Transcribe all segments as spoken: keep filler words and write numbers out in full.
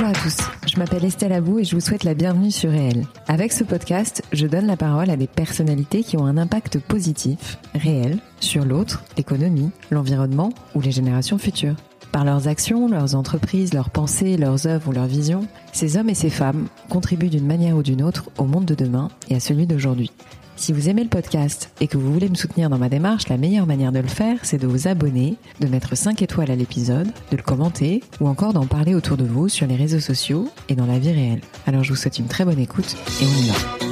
Bonjour à tous, je m'appelle Estelle Abou et je vous souhaite la bienvenue sur Réel. Avec ce podcast, je donne la parole à des personnalités qui ont un impact positif, réel, sur l'autre, l'économie, l'environnement ou les générations futures. Par leurs actions, leurs entreprises, leurs pensées, leurs œuvres ou leurs visions, ces hommes et ces femmes contribuent d'une manière ou d'une autre au monde de demain et à celui d'aujourd'hui. Si vous aimez le podcast et que vous voulez me soutenir dans ma démarche, la meilleure manière de le faire, c'est de vous abonner, de mettre cinq étoiles à l'épisode, de le commenter ou encore d'en parler autour de vous sur les réseaux sociaux et dans la vie réelle. Alors je vous souhaite une très bonne écoute et on y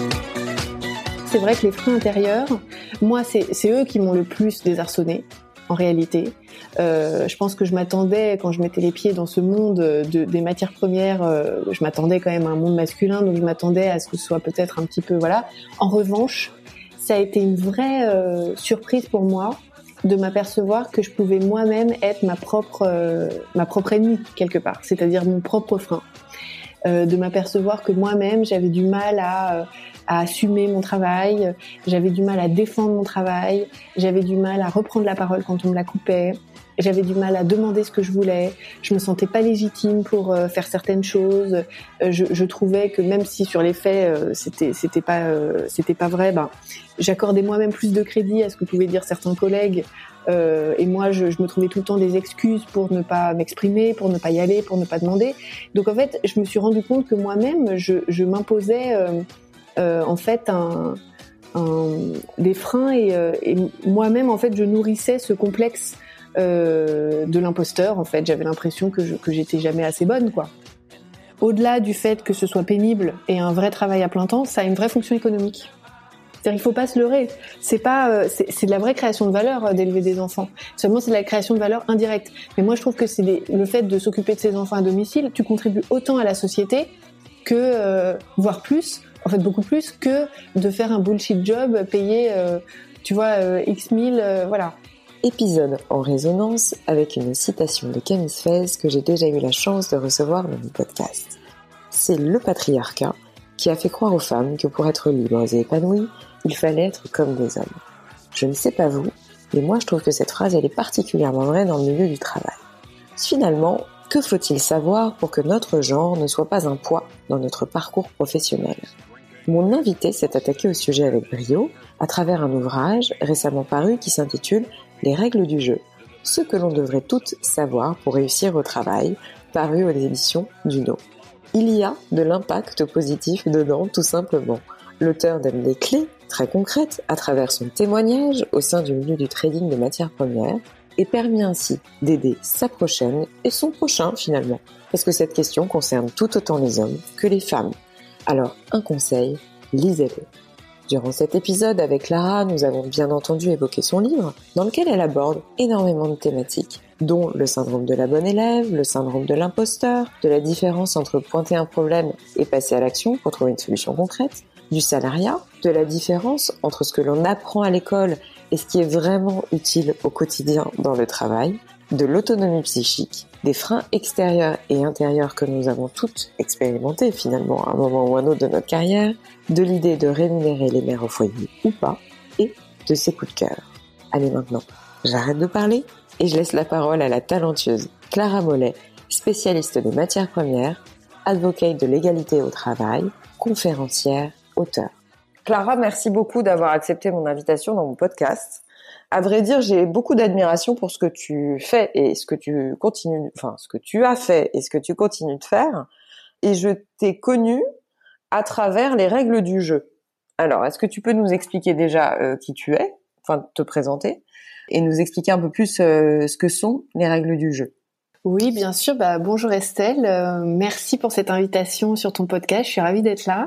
va. C'est vrai que les freins intérieurs, moi c'est, c'est eux qui m'ont le plus désarçonné en réalité. Euh, je pense que je m'attendais, quand je mettais les pieds dans ce monde de, des matières premières, euh, je m'attendais quand même à un monde masculin, donc je m'attendais à ce que ce soit peut-être un petit peu, voilà. En revanche, ça a été une vraie euh, surprise pour moi de m'apercevoir que je pouvais moi-même être ma propre, euh, ma propre ennemie quelque part, c'est-à-dire mon propre frein. Euh, de m'apercevoir que moi-même j'avais du mal à euh, à assumer mon travail, j'avais du mal à défendre mon travail, j'avais du mal à reprendre la parole quand on me la coupait, j'avais du mal à demander ce que je voulais, je me sentais pas légitime pour euh, faire certaines choses, euh, je, je trouvais que même si sur les faits euh, c'était c'était pas euh, c'était pas vrai, ben j'accordais moi-même plus de crédit à ce que pouvaient dire certains collègues. Euh, et moi, je, je me trouvais tout le temps des excuses pour ne pas m'exprimer, pour ne pas y aller, pour ne pas demander. Donc en fait, je me suis rendu compte que moi-même, je, je m'imposais euh, euh, en fait un, un, des freins et, euh, et moi-même, en fait, je nourrissais ce complexe euh, de l'imposteur. En fait, j'avais l'impression que, je, que j'étais jamais assez bonne, quoi. Au-delà du fait que ce soit pénible et un vrai travail à plein temps, ça a une vraie fonction économique. C'est-à-dire, il faut pas se leurrer. C'est pas, euh, c'est, c'est de la vraie création de valeur euh, d'élever des enfants. Seulement, c'est de la création de valeur indirecte. Mais moi, je trouve que c'est des, le fait de s'occuper de ses enfants à domicile, tu contribues autant à la société que, euh, voire plus, en fait beaucoup plus, que de faire un bullshit job payé, euh, tu vois, euh, X mille, euh, voilà. Épisode en résonance avec une citation de Camille Sfez que j'ai déjà eu la chance de recevoir dans mon podcast. C'est le patriarcat qui a fait croire aux femmes que pour être libres et épanouies, il fallait être comme des hommes. Je ne sais pas vous, mais moi je trouve que cette phrase elle est particulièrement vraie dans le milieu du travail. Finalement, que faut-il savoir pour que notre genre ne soit pas un poids dans notre parcours professionnel ? Mon invité s'est attaqué au sujet avec brio à travers un ouvrage récemment paru qui s'intitule « Les règles du jeu », ce que l'on devrait toutes savoir pour réussir au travail, paru aux éditions Duno. Il y a de l'impact positif dedans, tout simplement. L'auteur donne des clés très concrètes à travers son témoignage au sein du milieu du trading de matières premières et permet ainsi d'aider sa prochaine et son prochain finalement, parce que cette question concerne tout autant les hommes que les femmes. Alors, un conseil, lisez-le. Durant cet épisode avec Clara, nous avons bien entendu évoqué son livre, dans lequel elle aborde énormément de thématiques, dont le syndrome de la bonne élève, le syndrome de l'imposteur, de la différence entre pointer un problème et passer à l'action pour trouver une solution concrète, du salariat, de la différence entre ce que l'on apprend à l'école et ce qui est vraiment utile au quotidien dans le travail, de l'autonomie psychique, des freins extérieurs et intérieurs que nous avons toutes expérimentés finalement à un moment ou à un autre de notre carrière, de l'idée de rémunérer les mères au foyer ou pas, et de ses coups de cœur. Allez maintenant, j'arrête de parler et je laisse la parole à la talentueuse Clara Mollet, spécialiste des matières premières, advocate de l'égalité au travail, conférencière, auteure. Clara, merci beaucoup d'avoir accepté mon invitation dans mon podcast. À vrai dire, j'ai beaucoup d'admiration pour ce que tu fais et ce que tu continues, enfin, ce que tu as fait et ce que tu continues de faire. Et je t'ai connue à travers les règles du jeu. Alors, est-ce que tu peux nous expliquer déjà euh, qui tu es, enfin, te présenter, et nous expliquer un peu plus euh, ce que sont les règles du jeu? Oui, bien sûr. Bah, bonjour Estelle. Euh, merci pour cette invitation sur ton podcast. Je suis ravie d'être là.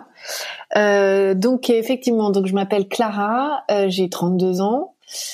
Euh, donc, effectivement, donc je m'appelle Clara. Euh, j'ai trente-deux ans.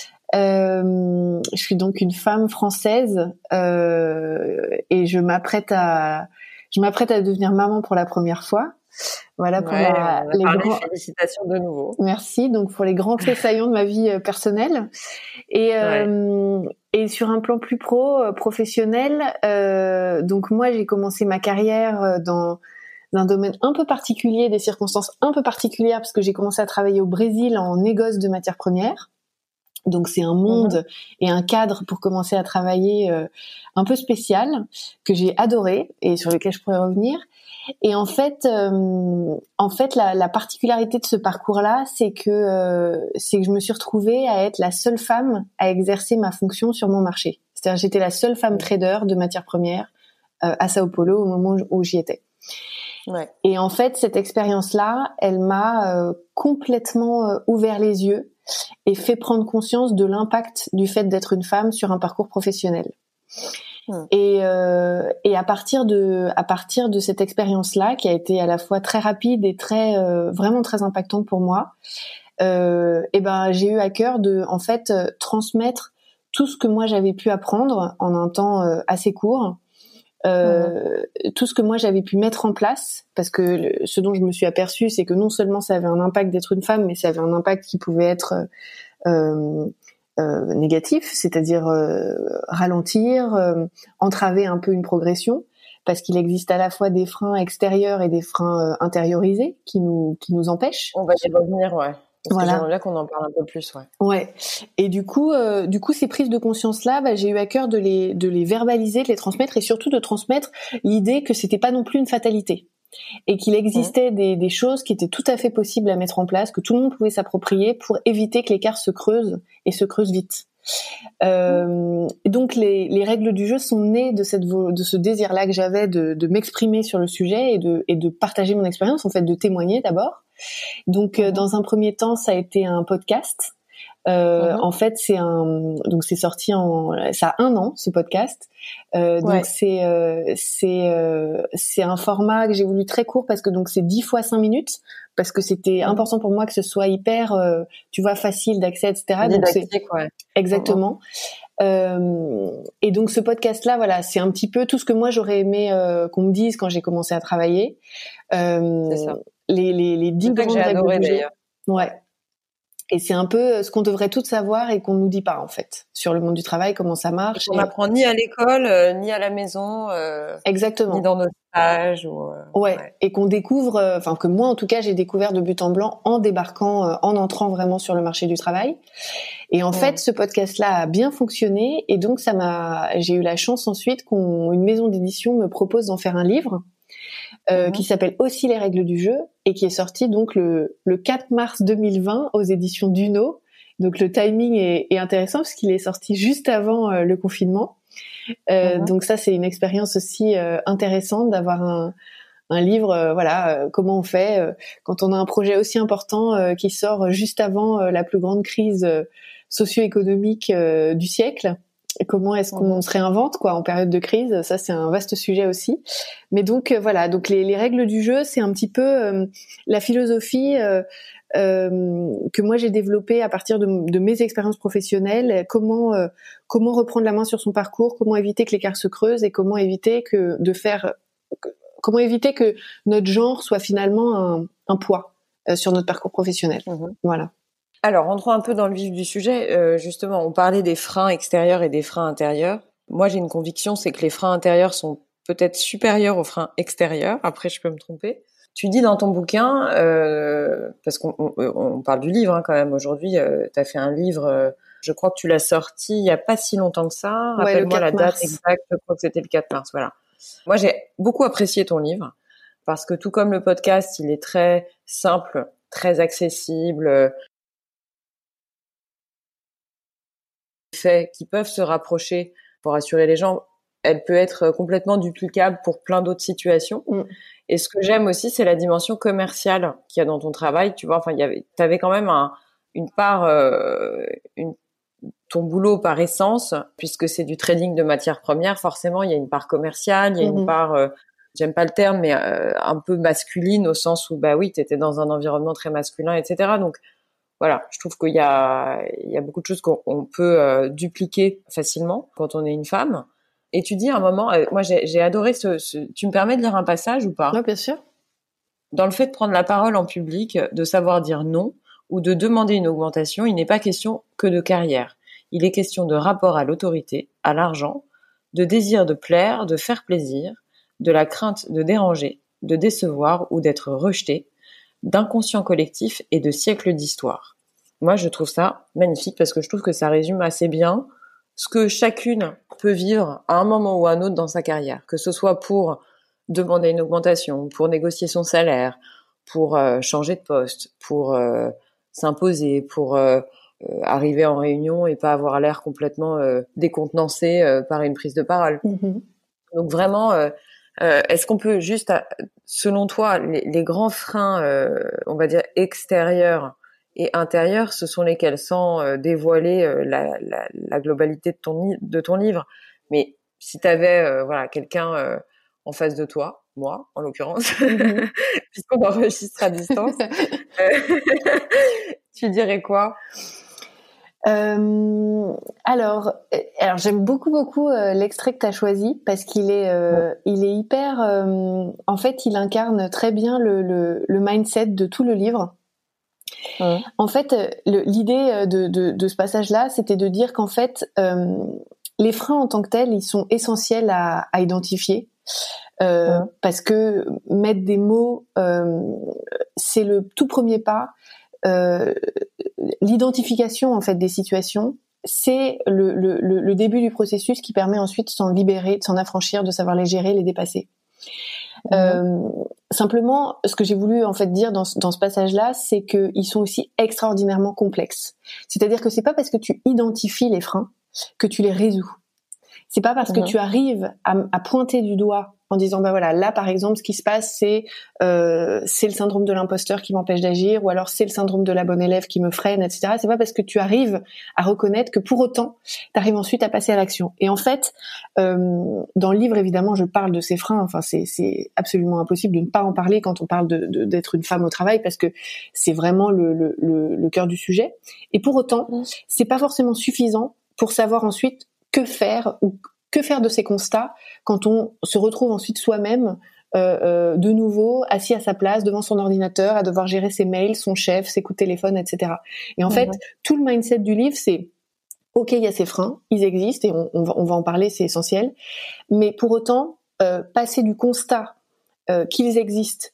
Euh, je suis donc une femme française euh, et je m'apprête à, je m'apprête à devenir maman pour la première fois. Voilà pour ouais, la, les parlé, grands. Félicitations de nouveau. Merci. Donc pour les grands faits saillants de ma vie euh, personnelle et euh, ouais. Et sur un plan plus pro, euh, professionnel. Euh, donc moi j'ai commencé ma carrière dans d'un domaine un peu particulier, des circonstances un peu particulières parce que j'ai commencé à travailler au Brésil en négoce de matières premières. Donc c'est un monde Mhm. et un cadre pour commencer à travailler euh, un peu spécial que j'ai adoré et sur lequel je pourrais revenir. Et en fait, euh, en fait, la, la particularité de ce parcours-là, c'est que euh, c'est que je me suis retrouvée à être la seule femme à exercer ma fonction sur mon marché. C'est-à-dire, j'étais la seule femme trader de matières premières euh, à Sao Paulo au moment où j'y étais. Ouais. Et en fait, cette expérience-là, elle m'a euh, complètement euh, ouvert les yeux et fait prendre conscience de l'impact du fait d'être une femme sur un parcours professionnel. Mmh. Et, euh, et à partir de, à partir de cette expérience-là, qui a été à la fois très rapide et très, euh, vraiment très impactante pour moi, euh, et ben j'ai eu à cœur de, en fait, euh, transmettre tout ce que moi j'avais pu apprendre en un temps euh, assez court. Euh, mmh. Tout ce que moi j'avais pu mettre en place, parce que le, ce dont je me suis aperçue, c'est que non seulement ça avait un impact d'être une femme, mais ça avait un impact qui pouvait être euh, euh, négatif, c'est-à-dire euh, ralentir, euh, entraver un peu une progression, parce qu'il existe à la fois des freins extérieurs et des freins euh, intériorisés qui nous qui nous empêchent. On va y revenir, ouais. Parce voilà. que j'aimerais bien qu'on en parle un peu plus, ouais. Ouais. Et du coup, euh, du coup, ces prises de conscience-là, bah, j'ai eu à cœur de les, de les verbaliser, de les transmettre, et surtout de transmettre l'idée que c'était pas non plus une fatalité, et qu'il existait mmh. des, des choses qui étaient tout à fait possibles à mettre en place, que tout le monde pouvait s'approprier pour éviter que l'écart se creuse et se creuse vite. Euh, et donc les, les règles du jeu sont nées de cette de ce désir-là que j'avais de, de m'exprimer sur le sujet et de et de partager mon expérience, en fait, de témoigner d'abord. Donc mmh. euh, dans un premier temps, ça a été un podcast. Euh, mmh. En fait, c'est un donc c'est sorti en ça a un an, ce podcast. Euh, donc ouais. c'est euh, c'est euh, c'est un format que j'ai voulu très court parce que donc c'est dix fois cinq minutes, parce que c'était mmh. important pour moi que ce soit hyper euh, tu vois facile d'accès, et cetera. Donc c'est ouais. exactement. Mmh. Euh, et donc ce podcast là, voilà, c'est un petit peu tout ce que moi j'aurais aimé euh, qu'on me dise quand j'ai commencé à travailler. Euh, c'est ça. Les les les dix grandes règles adoré, du jeu. D'ailleurs. Ouais. Et c'est un peu ce qu'on devrait toutes savoir et qu'on nous dit pas, en fait, sur le monde du travail, comment ça marche. On n'apprend ni à l'école, euh, ni à la maison. Euh, Exactement. Ni dans nos stages. Ou, euh, ouais. ouais. Et qu'on découvre, enfin, euh, que moi, en tout cas, j'ai découvert de but en blanc en débarquant, euh, en entrant vraiment sur le marché du travail. Et en mmh. fait, ce podcast-là a bien fonctionné. Et donc, ça m'a, j'ai eu la chance ensuite qu'une maison d'édition me propose d'en faire un livre. Euh, mmh. qui s'appelle aussi Les règles du jeu et qui est sorti donc le, le quatre mars deux mille vingt aux éditions Duno. Donc le timing est, est intéressant parce qu'il est sorti juste avant euh, le confinement. Euh, mmh. Donc ça, c'est une expérience aussi euh, intéressante d'avoir un, un livre, euh, voilà, euh, comment on fait euh, quand on a un projet aussi important euh, qui sort juste avant euh, la plus grande crise euh, socio-économique euh, du siècle. Et comment est-ce qu'on se réinvente, quoi, en période de crise? Ça, c'est un vaste sujet aussi. Mais donc euh, voilà, donc les, les règles du jeu, c'est un petit peu euh, la philosophie euh, euh, que moi j'ai développée à partir de, de mes expériences professionnelles. Comment euh, comment reprendre la main sur son parcours, comment éviter que l'écart se creuse et comment éviter que de faire, que, comment éviter que notre genre soit finalement un, un poids euh, sur notre parcours professionnel. Mmh. Voilà. Alors, rentrons un peu dans le vif du sujet. Euh, justement, on parlait des freins extérieurs et des freins intérieurs. Moi, j'ai une conviction, c'est que les freins intérieurs sont peut-être supérieurs aux freins extérieurs. Après, je peux me tromper. Tu dis dans ton bouquin, euh, parce qu'on on, on parle du livre hein, quand même aujourd'hui, euh, tu as fait un livre, euh, je crois que tu l'as sorti il n'y a pas si longtemps que ça. Ouais, rappelle-moi la mars. date exacte, je crois que c'était le quatre mars. Voilà. Moi, j'ai beaucoup apprécié ton livre, parce que tout comme le podcast, il est très simple, très accessible, faits qui peuvent se rapprocher pour rassurer les gens, elle peut être complètement duplicable pour plein d'autres situations. Mm. Et ce que j'aime aussi, c'est la dimension commerciale qu'il y a dans ton travail. Tu vois, enfin, il y avait, t'avais quand même un, une part, euh, une, ton boulot par essence, puisque c'est du trading de matières premières. Forcément, il y a une part commerciale, il y a mm-hmm. une part, euh, j'aime pas le terme, mais euh, un peu masculine au sens où, bah oui, t'étais dans un environnement très masculin, et cetera. Donc voilà, je trouve qu'il y a, il y a beaucoup de choses qu'on on peut euh, dupliquer facilement quand on est une femme. Et tu dis à un moment, euh, moi j'ai, j'ai adoré ce, ce... Tu me permets de lire un passage ou pas ? Oui, bien sûr. Dans le fait de prendre la parole en public, de savoir dire non ou de demander une augmentation, il n'est pas question que de carrière. Il est question de rapport à l'autorité, à l'argent, de désir de plaire, de faire plaisir, de la crainte de déranger, de décevoir ou d'être rejeté, d'inconscient collectif et de siècles d'histoire. moi, je trouve ça magnifique parce que je trouve que ça résume assez bien ce que chacune peut vivre à un moment ou à un autre dans sa carrière, que ce soit pour demander une augmentation, pour négocier son salaire, pour euh, changer de poste, pour euh, s'imposer, pour euh, euh, arriver en réunion et pas avoir l'air complètement euh, décontenancé euh, par une prise de parole. Mm-hmm. Donc vraiment, euh, euh, est-ce qu'on peut juste, selon toi, les, les grands freins, euh, on va dire extérieurs et intérieurs, ce sont lesquels, sans euh, dévoiler euh, la, la, la globalité de ton, de ton livre, mais si tu avais euh, voilà, quelqu'un euh, en face de toi, moi en l'occurrence, mm-hmm. puisqu'on enregistre à distance, euh, tu dirais quoi? Euh, alors, alors j'aime beaucoup beaucoup euh, l'extrait que tu as choisi parce qu'il est, euh, ouais. il est hyper. Euh, en fait, il incarne très bien le, le, le mindset de tout le livre. Ouais. En fait, le, l'idée de, de, de ce passage-là, c'était de dire qu'en fait, euh, les freins en tant que tels, ils sont essentiels à, à identifier. Euh, ouais. Parce que mettre des mots, euh, c'est le tout premier pas. Euh, l'identification en fait des situations, c'est le, le, le début du processus qui permet ensuite de s'en libérer, de s'en affranchir, de savoir les gérer, les dépasser. Mmh. Euh, simplement, ce que j'ai voulu en fait dire dans, dans ce passage-là, c'est qu'ils sont aussi extraordinairement complexes. C'est-à-dire que c'est pas parce que tu identifies les freins que tu les résous. C'est pas parce mmh. que tu arrives à, à pointer du doigt en disant bah voilà, là par exemple ce qui se passe c'est euh, c'est le syndrome de l'imposteur qui m'empêche d'agir, ou alors c'est le syndrome de la bonne élève qui me freine, et cetera. C'est pas parce que tu arrives à reconnaître que pour autant tu arrives ensuite à passer à l'action. Et en fait, euh, dans le livre évidemment je parle de ces freins. Enfin c'est c'est absolument impossible de ne pas en parler quand on parle de, de d'être une femme au travail, parce que c'est vraiment le le le, le cœur du sujet. Et pour autant mmh. c'est pas forcément suffisant pour savoir ensuite que faire ou que faire de ces constats quand on se retrouve ensuite soi-même euh, euh, de nouveau assis à sa place devant son ordinateur à devoir gérer ses mails, son chef, ses coups de téléphone, et cetera. Et en mmh. fait, tout le mindset du livre, c'est ok, il y a ces freins, ils existent et on, on, va, on va en parler, c'est essentiel. Mais pour autant, euh, passer du constat euh, qu'ils existent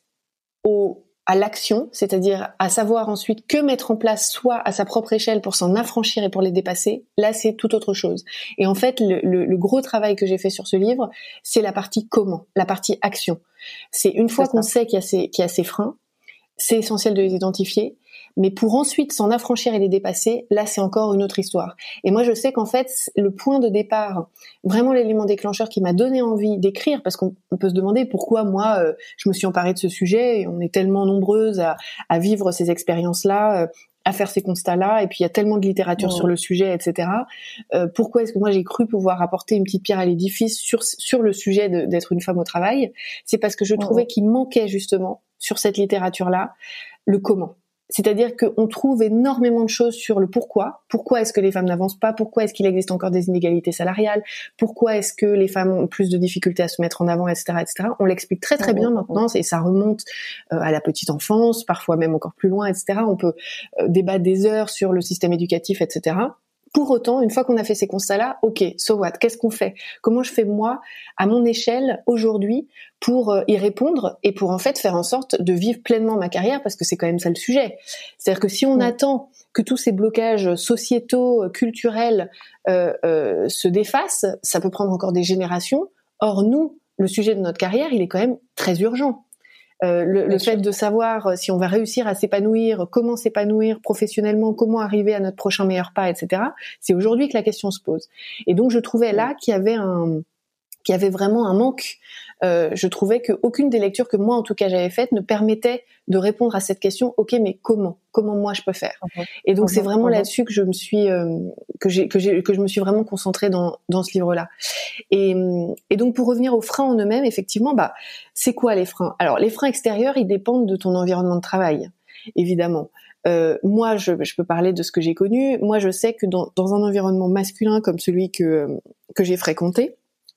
au à l'action, c'est-à-dire à savoir ensuite que mettre en place soit à sa propre échelle pour s'en affranchir et pour les dépasser, là c'est tout autre chose. Et en fait, le, le, le gros travail que j'ai fait sur ce livre, c'est la partie comment, la partie action. C'est une fois c'est qu'on ça. sait qu'il y a ces, qu'il y a ces freins, c'est essentiel de les identifier, mais pour ensuite s'en affranchir et les dépasser, là c'est encore une autre histoire. Et moi je sais qu'en fait le point de départ, vraiment l'élément déclencheur qui m'a donné envie d'écrire, parce qu'on on peut se demander pourquoi moi euh, je me suis emparée de ce sujet, et on est tellement nombreuses à, à vivre ces expériences-là, euh, à faire ces constats-là, et puis il y a tellement de littérature mmh. sur le sujet, et cetera. Euh, pourquoi est-ce que moi j'ai cru pouvoir apporter une petite pierre à l'édifice sur sur le sujet de, d'être une femme au travail? C'est parce que je trouvais mmh. qu'il manquait justement sur cette littérature-là le comment. C'est-à-dire qu'on trouve énormément de choses sur le pourquoi. Pourquoi est-ce que les femmes n'avancent pas? Pourquoi est-ce qu'il existe encore des inégalités salariales? Pourquoi est-ce que les femmes ont plus de difficultés à se mettre en avant, et cetera, et cetera. On l'explique très très bien maintenant, et ça remonte euh, à la petite enfance, parfois même encore plus loin, et cetera. On peut euh, débattre des heures sur le système éducatif, et cetera. Pour autant, une fois qu'on a fait ces constats-là, ok, so what? Qu'est-ce qu'on fait? Comment je fais moi, à mon échelle, aujourd'hui, pour euh, y répondre et pour en fait faire en sorte de vivre pleinement ma carrière, parce que c'est quand même ça le sujet. C'est-à-dire que si on mmh. attend que tous ces blocages sociétaux, culturels euh, euh, se défassent, ça peut prendre encore des générations. Or, nous, le sujet de notre carrière, il est quand même très urgent. Euh, le, le fait de savoir si on va réussir à s'épanouir, comment s'épanouir professionnellement, comment arriver à notre prochain meilleur pas, et cetera. C'est aujourd'hui que la question se pose. Et donc je trouvais là qu'il y avait un, qu'il y avait vraiment un manque. Euh, je trouvais qu'aucune des lectures que moi en tout cas j'avais faites ne permettait de répondre à cette question. Ok, mais comment Comment moi je peux faire okay. Et donc okay. c'est vraiment okay. là-dessus que je me suis euh, que j'ai que j'ai que je me suis vraiment concentrée dans dans ce livre-là. Et et donc pour revenir aux freins en eux-mêmes, effectivement, bah c'est quoi les freins? Alors les freins extérieurs, ils dépendent de ton environnement de travail, évidemment. Euh, moi, je, je peux parler de ce que j'ai connu. Moi, je sais que dans dans un environnement masculin comme celui que que j'ai fréquenté,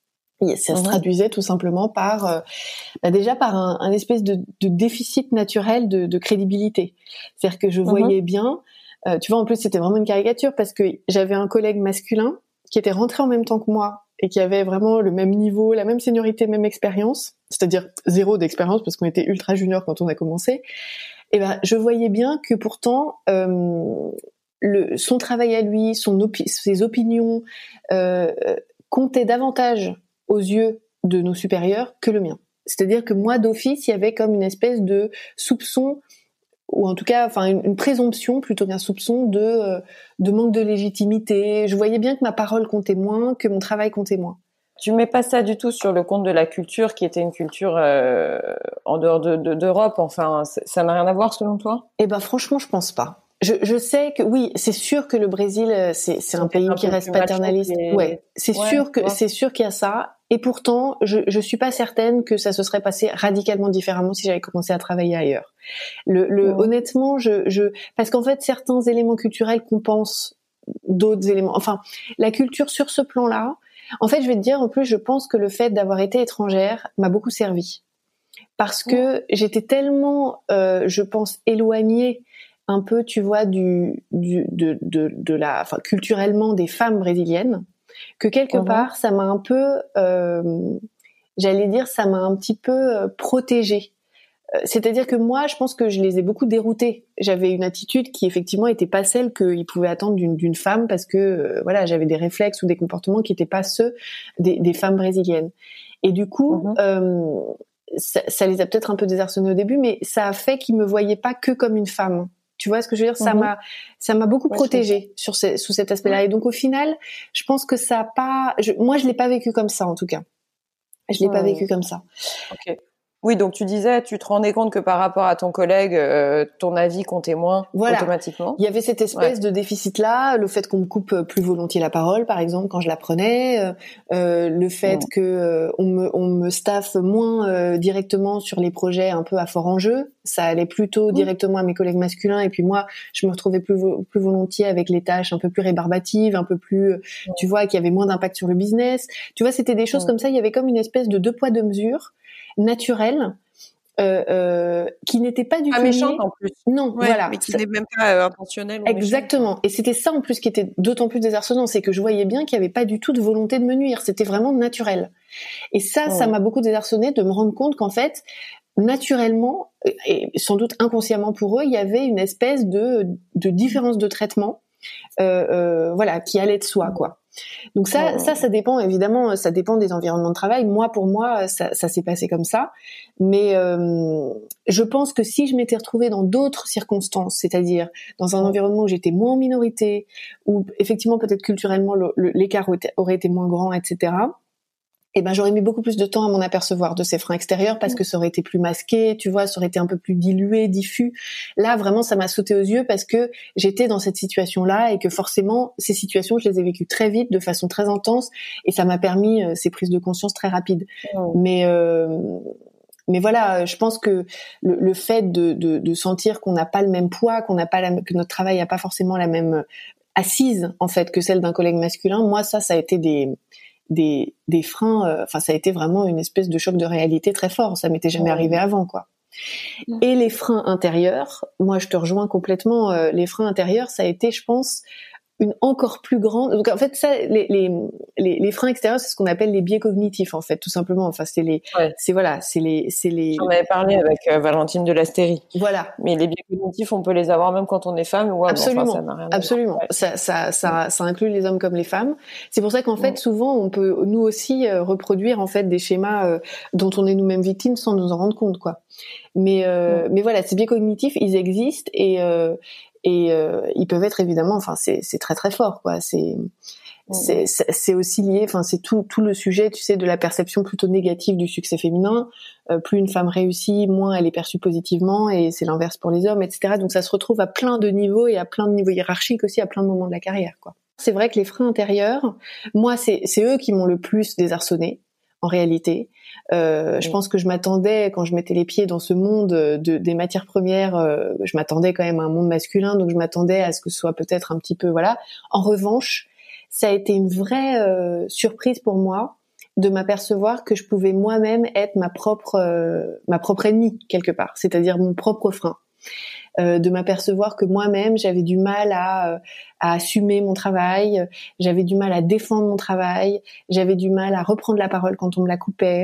ça se traduisait tout simplement par, euh, bah déjà par un, un espèce de, de déficit naturel de, de crédibilité. C'est-à-dire que je voyais mm-hmm. bien, euh, tu vois, en plus c'était vraiment une caricature parce que j'avais un collègue masculin qui était rentré en même temps que moi et qui avait vraiment le même niveau, la même seniorité, même expérience, c'est-à-dire zéro d'expérience parce qu'on était ultra junior quand on a commencé. Et ben, je voyais bien que pourtant, euh, le, son travail à lui, son opi- ses opinions euh, comptaient davantage aux yeux de nos supérieurs que le mien. C'est-à-dire que moi, d'office, il y avait comme une espèce de soupçon, ou en tout cas, enfin, une, une présomption plutôt qu'un soupçon de, euh, de manque de légitimité. Je voyais bien que ma parole comptait moins, que mon travail comptait moins. Tu mets pas ça du tout sur le compte de la culture, qui était une culture euh, en dehors de, de, d'Europe. Enfin, ça n'a rien à voir selon toi? Eh ben, franchement, je pense pas. Je, je sais que oui, c'est sûr que le Brésil, c'est, c'est un pays un qui reste paternaliste. Et... Ouais, c'est ouais, sûr que ouais. c'est sûr qu'il y a ça. Et pourtant, je, je suis pas certaine que ça se serait passé radicalement différemment si j'avais commencé à travailler ailleurs. Le, le, ouais. Honnêtement, je, je, parce qu'en fait, certains éléments culturels compensent d'autres éléments. Enfin, la culture sur ce plan-là. En fait, je vais te dire, en plus, je pense que le fait d'avoir été étrangère m'a beaucoup servi. Parce que ouais. j'étais tellement, euh, je pense, éloignée un peu, tu vois, du, du, de, de, de la, enfin, culturellement des femmes brésiliennes, que quelque mmh. part, ça m'a un peu, euh, j'allais dire, ça m'a un petit peu euh, protégée. C'est-à-dire que moi, je pense que je les ai beaucoup déroutés. J'avais une attitude qui effectivement était pas celle qu'ils pouvaient attendre d'une, d'une femme, parce que euh, voilà, j'avais des réflexes ou des comportements qui étaient pas ceux des, des femmes brésiliennes. Et du coup, mmh. euh, ça, ça les a peut-être un peu désarçonnés au début, mais ça a fait qu'ils me voyaient pas que comme une femme. Tu vois ce que je veux dire? Ça mmh. m'a, ça m'a beaucoup ouais, protégée sur ce, sous cet aspect-là. Ouais. Et donc au final, je pense que ça a pas, je, moi je l'ai pas vécu comme ça en tout cas. Je l'ai mmh. pas vécu comme ça. Ok. Oui, donc tu disais, tu te rendais compte que par rapport à ton collègue, euh, ton avis comptait moins voilà. automatiquement. Il y avait cette espèce ouais. de déficit-là, le fait qu'on me coupe plus volontiers la parole, par exemple, quand je la prenais, euh, le fait mmh. que euh, on me on me staffe moins euh, directement sur les projets un peu à fort enjeu. Ça allait plutôt mmh. directement à mes collègues masculins, et puis moi, je me retrouvais plus vo- plus volontiers avec les tâches un peu plus rébarbatives, un peu plus, mmh. tu vois, qui avaient moins d'impact sur le business. Tu vois, c'était des choses mmh. comme ça. Il y avait comme une espèce de deux poids deux mesures naturelle, euh, euh, qui n'était pas du pas tout méchante en plus. Non, ouais, voilà. Mais qui n'est même pas euh, intentionnelle. Exactement. Et c'était ça en plus qui était d'autant plus désarçonnant, c'est que je voyais bien qu'il n'y avait pas du tout de volonté de me nuire. C'était vraiment naturel. Et ça, ouais. ça m'a beaucoup désarçonné de me rendre compte qu'en fait, naturellement, et sans doute inconsciemment pour eux, il y avait une espèce de, de différence de traitement, euh, euh, voilà, qui allait de soi, quoi. Donc ça, ça, ça dépend évidemment, ça dépend des environnements de travail. Moi, pour moi, ça, ça s'est passé comme ça. Mais euh, je pense que si je m'étais retrouvée dans d'autres circonstances, c'est-à-dire dans un environnement où j'étais moins en minorité, où effectivement peut-être culturellement le, le, l'écart aurait été moins grand, et cetera. Eh ben, j'aurais mis beaucoup plus de temps à m'en apercevoir de ces freins extérieurs parce que ça aurait été plus masqué, tu vois, ça aurait été un peu plus dilué, diffus. Là, vraiment, ça m'a sauté aux yeux parce que j'étais dans cette situation-là et que forcément, ces situations, je les ai vécues très vite, de façon très intense, et ça m'a permis euh, ces prises de conscience très rapides. Mmh. Mais euh, mais voilà, je pense que le, le fait de, de, de sentir qu'on n'a pas le même poids, qu'on n'a pas la, que notre travail n'a pas forcément la même assise en fait que celle d'un collègue masculin, moi, ça, ça a été des des des freins, enfin euh, ça a été vraiment une espèce de choc de réalité très fort, ça m'était jamais ouais. arrivé avant, quoi. Ouais. Et les freins intérieurs, moi je te rejoins complètement, euh, les freins intérieurs, ça a été, je pense, une encore plus grande. Donc en fait, ça, les les les, les freins extérieurs, c'est ce qu'on appelle les biais cognitifs, en fait, tout simplement. Enfin, c'est les, ouais. c'est voilà, c'est les, c'est les. J'en avais parlé avec euh, Valentine de l'Astérie. Voilà. Mais les biais cognitifs, on peut les avoir même quand on est femme. Ouais, absolument, enfin, ça n'a rien à absolument. Ouais. Ça, ça, ça, ouais. ça inclut les hommes comme les femmes. C'est pour ça qu'en fait, ouais. souvent, on peut nous aussi euh, reproduire en fait des schémas euh, dont on est nous-mêmes victimes sans nous en rendre compte, quoi. Mais, euh, ouais. mais voilà, ces biais cognitifs, ils existent et euh, et euh, ils peuvent être évidemment, enfin c'est c'est très très fort, quoi. C'est mmh. c'est c'est aussi lié, enfin c'est tout tout le sujet, tu sais, de la perception plutôt négative du succès féminin. Euh, plus une femme réussit, moins elle est perçue positivement, et c'est l'inverse pour les hommes, et cetera. Donc ça se retrouve à plein de niveaux et à plein de niveaux hiérarchiques aussi, à plein de moments de la carrière, quoi. C'est vrai que les freins intérieurs, moi c'est c'est eux qui m'ont le plus désarçonné. En réalité, euh, oui. je pense que je m'attendais, quand je mettais les pieds dans ce monde de, des matières premières, euh, je m'attendais quand même à un monde masculin, donc je m'attendais à ce que ce soit peut-être un petit peu, voilà. En revanche, ça a été une vraie euh, surprise pour moi de m'apercevoir que je pouvais moi-même être ma propre, euh, ma propre ennemie quelque part, c'est-à-dire mon propre frein. Euh, de m'apercevoir que moi-même j'avais du mal à, à assumer mon travail, j'avais du mal à défendre mon travail, j'avais du mal à reprendre la parole quand on me la coupait,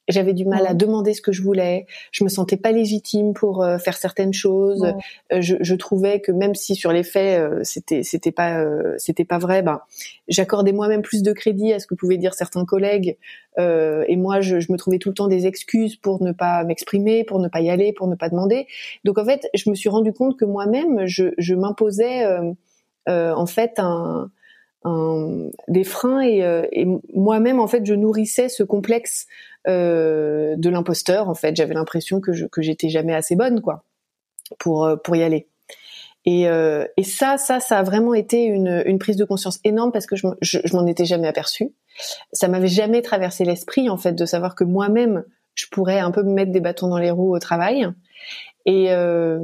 J'avais du mal ouais. à demander ce que je voulais. Je me sentais pas légitime pour euh, faire certaines choses. Ouais. Euh, je, je trouvais que même si sur les faits euh, c'était c'était pas euh, c'était pas vrai, ben j'accordais moi-même plus de crédit à ce que pouvaient dire certains collègues. Euh, et moi, je, je me trouvais tout le temps des excuses pour ne pas m'exprimer, pour ne pas y aller, pour ne pas demander. Donc en fait, je me suis rendu compte que moi-même, je, je m'imposais euh, euh, en fait un Un, des freins et, euh, et moi-même en fait je nourrissais ce complexe euh, de l'imposteur. En fait, j'avais l'impression que je que j'étais jamais assez bonne quoi pour euh, pour y aller. Et euh, et ça ça ça a vraiment été une une prise de conscience énorme parce que je je, je m'en étais jamais aperçue. Ça m'avait jamais traversé l'esprit en fait de savoir que moi-même je pourrais un peu me mettre des bâtons dans les roues au travail. Et euh,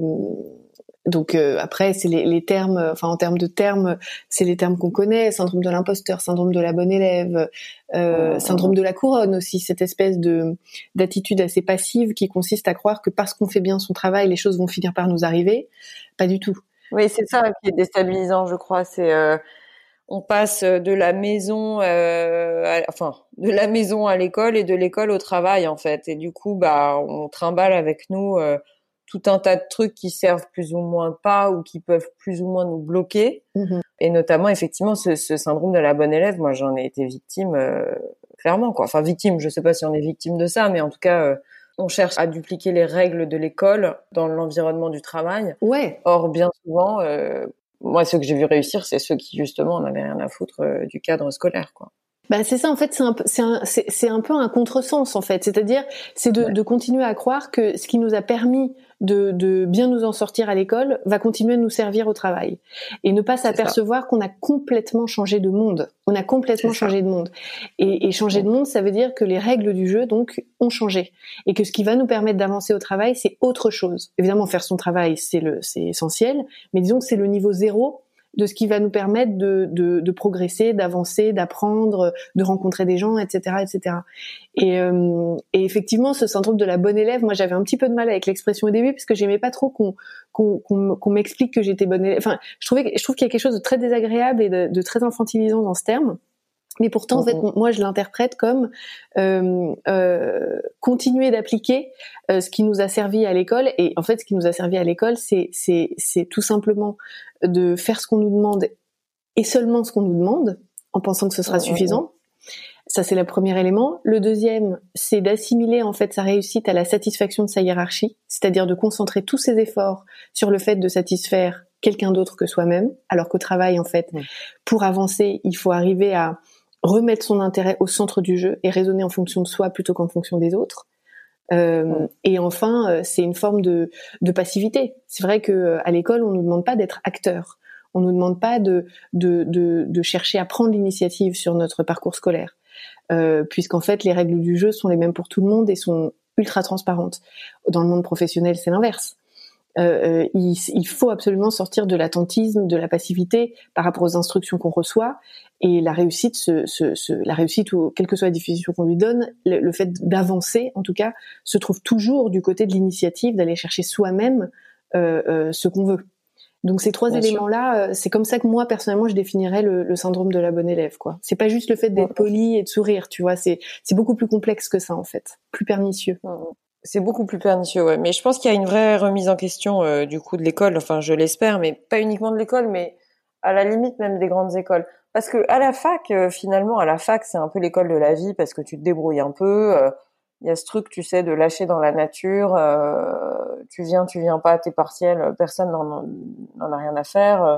Donc euh, après c'est les, les termes, enfin en termes de termes, c'est les termes qu'on connaît, syndrome de l'imposteur, syndrome de la bonne élève, euh, syndrome de la couronne aussi, cette espèce de d'attitude assez passive qui consiste à croire que parce qu'on fait bien son travail, les choses vont finir par nous arriver. Pas du tout. Oui, c'est ça qui est déstabilisant, je crois. C'est euh, on passe de la maison, euh, à, enfin de la maison à l'école et de l'école au travail en fait. Et du coup, bah on trimballe avec nous. Euh, tout un tas de trucs qui servent plus ou moins pas ou qui peuvent plus ou moins nous bloquer. Mmh. Et notamment, effectivement, ce, ce syndrome de la bonne élève, moi, j'en ai été victime, euh, clairement, quoi. Enfin, victime, je sais pas si on est victime de ça, mais en tout cas, euh, on cherche à dupliquer les règles de l'école dans l'environnement du travail. Ouais. Or, bien souvent, euh, moi, ceux que j'ai vu réussir, c'est ceux qui, justement, n'avaient rien à foutre euh, du cadre scolaire, quoi. Bah c'est ça en fait, c'est un c'est un c'est, c'est un peu un contresens en fait, c'est-à-dire c'est de, Ouais. de continuer à croire que ce qui nous a permis de de bien nous en sortir à l'école va continuer à nous servir au travail et ne pas s'apercevoir qu'on a complètement changé de monde. On a complètement C'est ça. changé de monde. Et, et changer de monde, ça veut dire que les règles du jeu donc ont changé et que ce qui va nous permettre d'avancer au travail, c'est autre chose. Évidemment, faire son travail, c'est le c'est essentiel, mais disons que c'est le niveau zéro de ce qui va nous permettre de, de, de progresser, d'avancer, d'apprendre, de rencontrer des gens, et cetera, et cetera. Et, euh, et effectivement, ce syndrome de la bonne élève, moi, j'avais un petit peu de mal avec l'expression au début parce que j'aimais pas trop qu'on qu'on, qu'on, qu'on m'explique que j'étais bonne élève. Enfin, je trouvais, je trouve qu'il y a quelque chose de très désagréable et de, de très infantilisant dans ce terme. Mais pourtant, en fait, moi, je l'interprète comme euh, euh, continuer d'appliquer euh, ce qui nous a servi à l'école. Et en fait, ce qui nous a servi à l'école, c'est c'est c'est tout simplement de faire ce qu'on nous demande et seulement ce qu'on nous demande, en pensant que ce sera suffisant. Ça, c'est le premier élément. Le deuxième, c'est d'assimiler en fait sa réussite à la satisfaction de sa hiérarchie, c'est-à-dire de concentrer tous ses efforts sur le fait de satisfaire quelqu'un d'autre que soi-même, alors qu'au travail, en fait, ouais. pour avancer, il faut arriver à remettre son intérêt au centre du jeu et raisonner en fonction de soi plutôt qu'en fonction des autres. Euh, ouais. Et enfin, c'est une forme de, de passivité. C'est vrai que à l'école, on nous demande pas d'être acteur. On nous demande pas de, de, de, de chercher à prendre l'initiative sur notre parcours scolaire, euh, puisqu'en fait, les règles du jeu sont les mêmes pour tout le monde et sont ultra transparentes. Dans le monde professionnel, c'est l'inverse. Euh, il, il faut absolument sortir de l'attentisme, de la passivité par rapport aux instructions qu'on reçoit. Et la réussite, ce, ce, ce, la réussite, ou quelle que soit la définition qu'on lui donne, le, le fait d'avancer, en tout cas, se trouve toujours du côté de l'initiative, d'aller chercher soi-même euh, euh, ce qu'on veut. Donc ces trois Bien éléments-là, euh, c'est comme ça que moi personnellement je définirais le, le syndrome de la bonne élève, quoi. C'est pas juste le fait d'être poli et de sourire, tu vois. C'est c'est beaucoup plus complexe que ça en fait, plus pernicieux. C'est beaucoup plus pernicieux, ouais. Mais je pense qu'il y a une vraie remise en question euh, du coup de l'école. Enfin, je l'espère, mais pas uniquement de l'école, mais à la limite même des grandes écoles. Parce que à la fac, euh, finalement, à la fac, c'est un peu l'école de la vie parce que tu te débrouilles un peu. Euh, il y a ce truc, tu sais, de lâcher dans la nature. Euh, tu viens, tu viens pas, t'es partiel, personne n'en, n'en a rien à faire. Euh,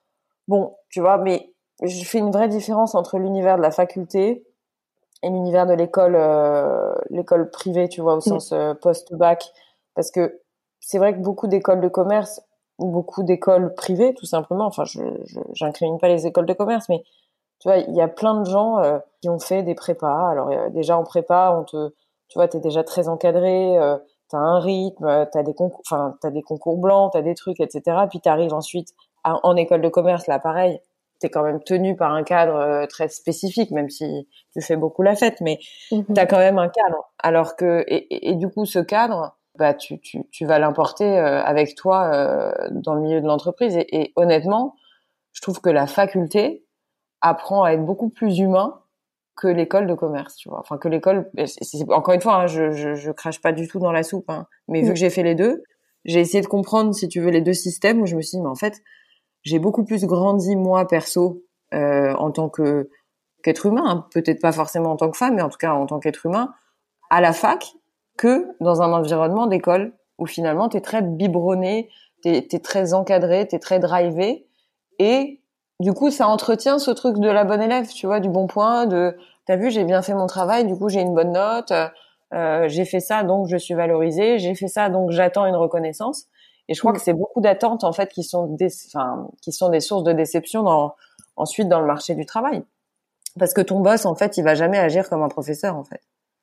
bon, tu vois, mais je fais une vraie différence entre l'univers de la faculté et l'univers de l'école, euh, l'école privée, tu vois, au sens euh, post-bac, parce que c'est vrai que beaucoup d'écoles de commerce ou beaucoup d'écoles privées, tout simplement. Enfin, je, je j'incrimine pas les écoles de commerce, mais tu vois, il y a plein de gens euh, qui ont fait des prépas. Alors euh, déjà en prépa, on te, tu vois, t'es déjà très encadré, euh, t'as un rythme, t'as des concours, enfin, t'as des concours blancs, t'as des trucs, et cetera. Puis t'arrives ensuite à, en école de commerce, là, pareil. T'es quand même tenu par un cadre euh, très spécifique, même si tu fais beaucoup la fête, mais mm-hmm. t'as quand même un cadre. Alors que et, et, et du coup, ce cadre, bah tu tu tu vas l'importer euh, avec toi euh, dans le milieu de l'entreprise. Et, et honnêtement, je trouve que la faculté apprend à être beaucoup plus humain que l'école de commerce, tu vois. Enfin, que l'école, c'est, c'est, encore une fois, hein, je, je, je crache pas du tout dans la soupe, hein, mais mmh. vu que j'ai fait les deux, j'ai essayé de comprendre, si tu veux, les deux systèmes où je me suis dit, mais en fait, j'ai beaucoup plus grandi, moi, perso, euh, en tant que, qu'être humain, hein, peut-être pas forcément en tant que femme, mais en tout cas en tant qu'être humain, à la fac, que dans un environnement d'école où finalement t'es très biberonné, t'es, t'es très encadré, t'es très drivé, et du coup ça entretient ce truc de la bonne élève, tu vois, du bon point, de t'as vu, j'ai bien fait mon travail, du coup j'ai une bonne note, euh, j'ai fait ça donc je suis valorisée, j'ai fait ça donc j'attends une reconnaissance, et je crois mmh. que c'est beaucoup d'attentes en fait qui sont des, enfin qui sont des sources de déception dans ensuite dans le marché du travail, parce que ton boss en fait il va jamais agir comme un professeur en fait.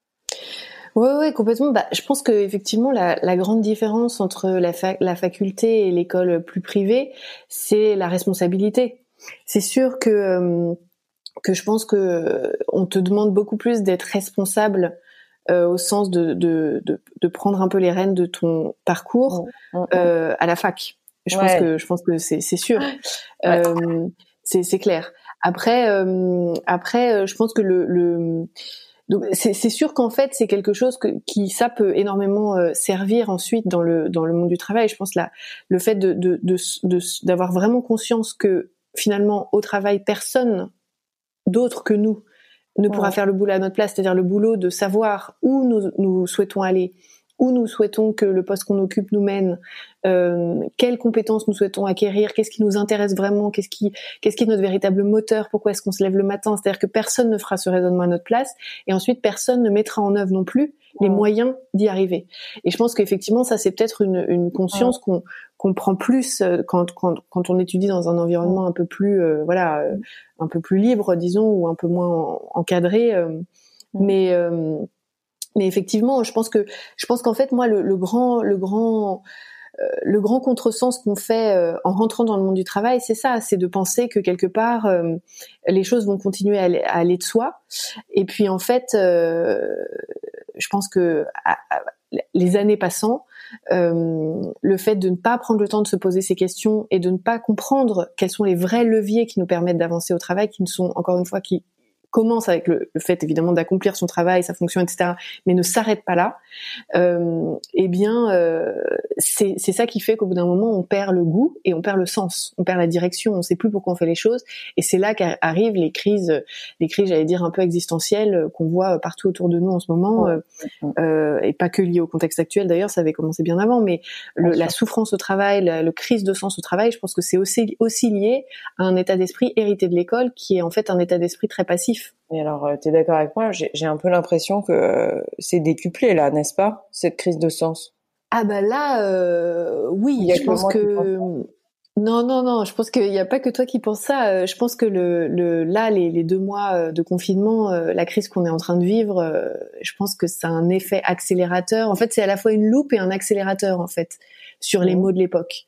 Ouais, ouais, complètement. Bah, je pense que effectivement, la, la grande différence entre la, fac, la faculté et l'école plus privée, c'est la responsabilité. C'est sûr que euh, que je pense que euh, on te demande beaucoup plus d'être responsable euh, au sens de, de de de prendre un peu les rênes de ton parcours mmh, mmh. Euh, à la fac. Je ouais. pense que je pense que c'est c'est sûr. Ouais. Euh, c'est c'est clair. Après euh, après, je pense que le le Donc c'est, c'est sûr qu'en fait c'est quelque chose que, qui ça peut énormément euh, servir ensuite dans le dans le monde du travail. Je pense là le fait de, de de de d'avoir vraiment conscience que finalement au travail personne d'autre que nous ne pourra ouais. faire le boulot à notre place, c'est-à-dire le boulot de savoir où nous nous souhaitons aller, où nous souhaitons que le poste qu'on occupe nous mène, euh, quelles compétences nous souhaitons acquérir, qu'est-ce qui nous intéresse vraiment, qu'est-ce qui, qu'est-ce qui est notre véritable moteur, pourquoi est-ce qu'on se lève le matin, c'est-à-dire que personne ne fera ce raisonnement à notre place, et ensuite personne ne mettra en œuvre non plus les mmh. moyens d'y arriver. Et je pense qu'effectivement ça c'est peut-être une, une conscience mmh. qu'on qu'on prend plus quand quand quand on étudie dans un environnement un peu plus euh, voilà euh, un peu plus libre disons, ou un peu moins encadré, euh, mmh. mais euh, Mais effectivement, je pense que je pense qu'en fait moi le, le grand le grand euh, le grand contresens qu'on fait euh, en rentrant dans le monde du travail, c'est ça, c'est de penser que quelque part euh, les choses vont continuer à aller, à aller de soi. Et puis en fait, euh, je pense que à, à, les années passant, euh, le fait de ne pas prendre le temps de se poser ces questions et de ne pas comprendre quels sont les vrais leviers qui nous permettent d'avancer au travail, qui ne sont encore une fois qui commence avec le, le fait évidemment d'accomplir son travail, sa fonction, et cetera, mais ne s'arrête pas là. Euh, eh bien, euh, c'est, c'est ça qui fait qu'au bout d'un moment, on perd le goût et on perd le sens, on perd la direction, on ne sait plus pourquoi on fait les choses. Et c'est là qu'arrivent les crises, les crises, j'allais dire un peu existentielles qu'on voit partout autour de nous en ce moment, euh, euh, et pas que liées au contexte actuel. D'ailleurs, ça avait commencé bien avant, mais le, la souffrance au travail, la, le crise de sens au travail, je pense que c'est aussi, aussi lié à un état d'esprit hérité de l'école, qui est en fait un état d'esprit très passif. Et alors, tu es d'accord avec moi, j'ai, j'ai un peu l'impression que euh, c'est décuplé là, n'est-ce pas, cette crise de sens? Ah bah là, euh, oui, je pense que... Non, non, non, je pense qu'il n'y a pas que toi qui penses ça. Je pense que le, le, là, les, les deux mois de confinement, la crise qu'on est en train de vivre, je pense que c'est un effet accélérateur. En fait, c'est à la fois une loupe et un accélérateur, en fait, sur les mmh. mots de l'époque.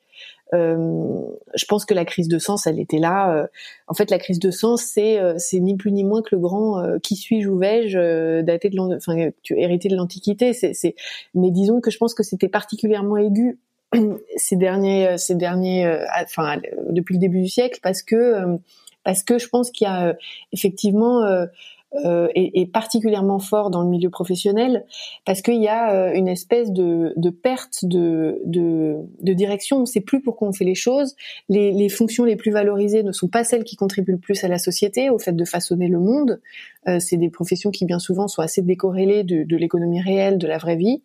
Euh, je pense que la crise de sens, elle était là. Euh, en fait, la crise de sens, c'est euh, c'est ni plus ni moins que le grand euh, qui suis-je, où vais-je, euh, daté de, enfin, tu hérité de l'Antiquité. C'est, c'est, mais disons que je pense que c'était particulièrement aigu ces derniers, ces derniers, euh, enfin, depuis le début du siècle, parce que euh, parce que je pense qu'il y a euh, effectivement euh, Euh, est, est particulièrement fort dans le milieu professionnel, parce qu'il y a euh, une espèce de, de perte de, de, de direction. On ne sait plus pourquoi on fait les choses. Les, les fonctions les plus valorisées ne sont pas celles qui contribuent le plus à la société, au fait de façonner le monde. Euh, c'est des professions qui bien souvent sont assez décorrélées de, de l'économie réelle, de la vraie vie.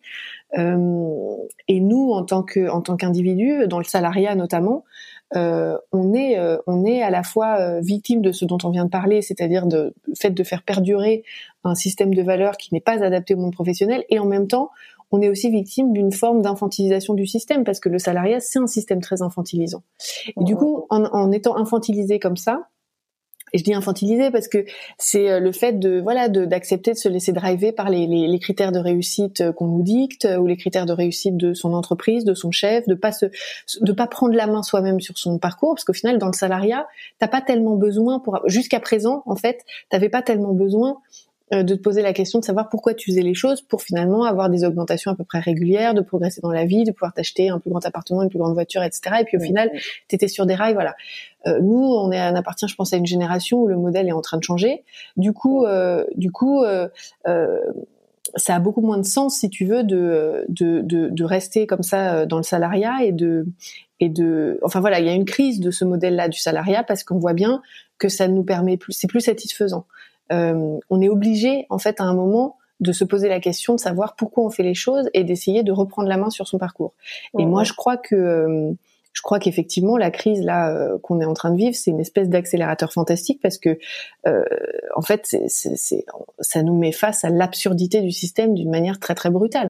Euh, et nous, en tant que, en tant qu'individus, dans le salariat notamment, Euh, on est euh, on est à la fois euh, victime de ce dont on vient de parler, c'est-à-dire de le fait de faire perdurer un système de valeurs qui n'est pas adapté au monde professionnel, et en même temps on est aussi victime d'une forme d'infantilisation du système, parce que le salariat c'est un système très infantilisant. Et du coup, en, en étant infantilisé comme ça, et je dis infantilisé parce que c'est le fait de voilà de d'accepter de se laisser driver par les, les les critères de réussite qu'on nous dicte, ou les critères de réussite de son entreprise, de son chef, de pas se de pas prendre la main soi-même sur son parcours, parce qu'au final dans le salariat, t'as pas tellement besoin pour jusqu'à présent en fait, t'avais pas tellement besoin euh, de te poser la question de savoir pourquoi tu faisais les choses pour finalement avoir des augmentations à peu près régulières, de progresser dans la vie, de pouvoir t'acheter un plus grand appartement, une plus grande voiture, et cetera. Et puis au final, t'étais sur des rails, voilà. Euh, nous, on est, on appartient, je pense, à une génération où le modèle est en train de changer. Du coup, euh, du coup, euh, euh, ça a beaucoup moins de sens, si tu veux, de de de, de rester comme ça dans le salariat et de et de, enfin voilà, il y a une crise de ce modèle-là du salariat parce qu'on voit bien que ça nous permet plus, c'est plus satisfaisant. Euh, on est obligé, en fait, à un moment, de se poser la question de savoir pourquoi on fait les choses et d'essayer de reprendre la main sur son parcours. Et mmh. moi, je crois que, euh, je crois qu'effectivement, la crise là euh, qu'on est en train de vivre, c'est une espèce d'accélérateur fantastique parce que, euh, en fait, c'est, c'est, c'est, ça nous met face à l'absurdité du système d'une manière très très brutale.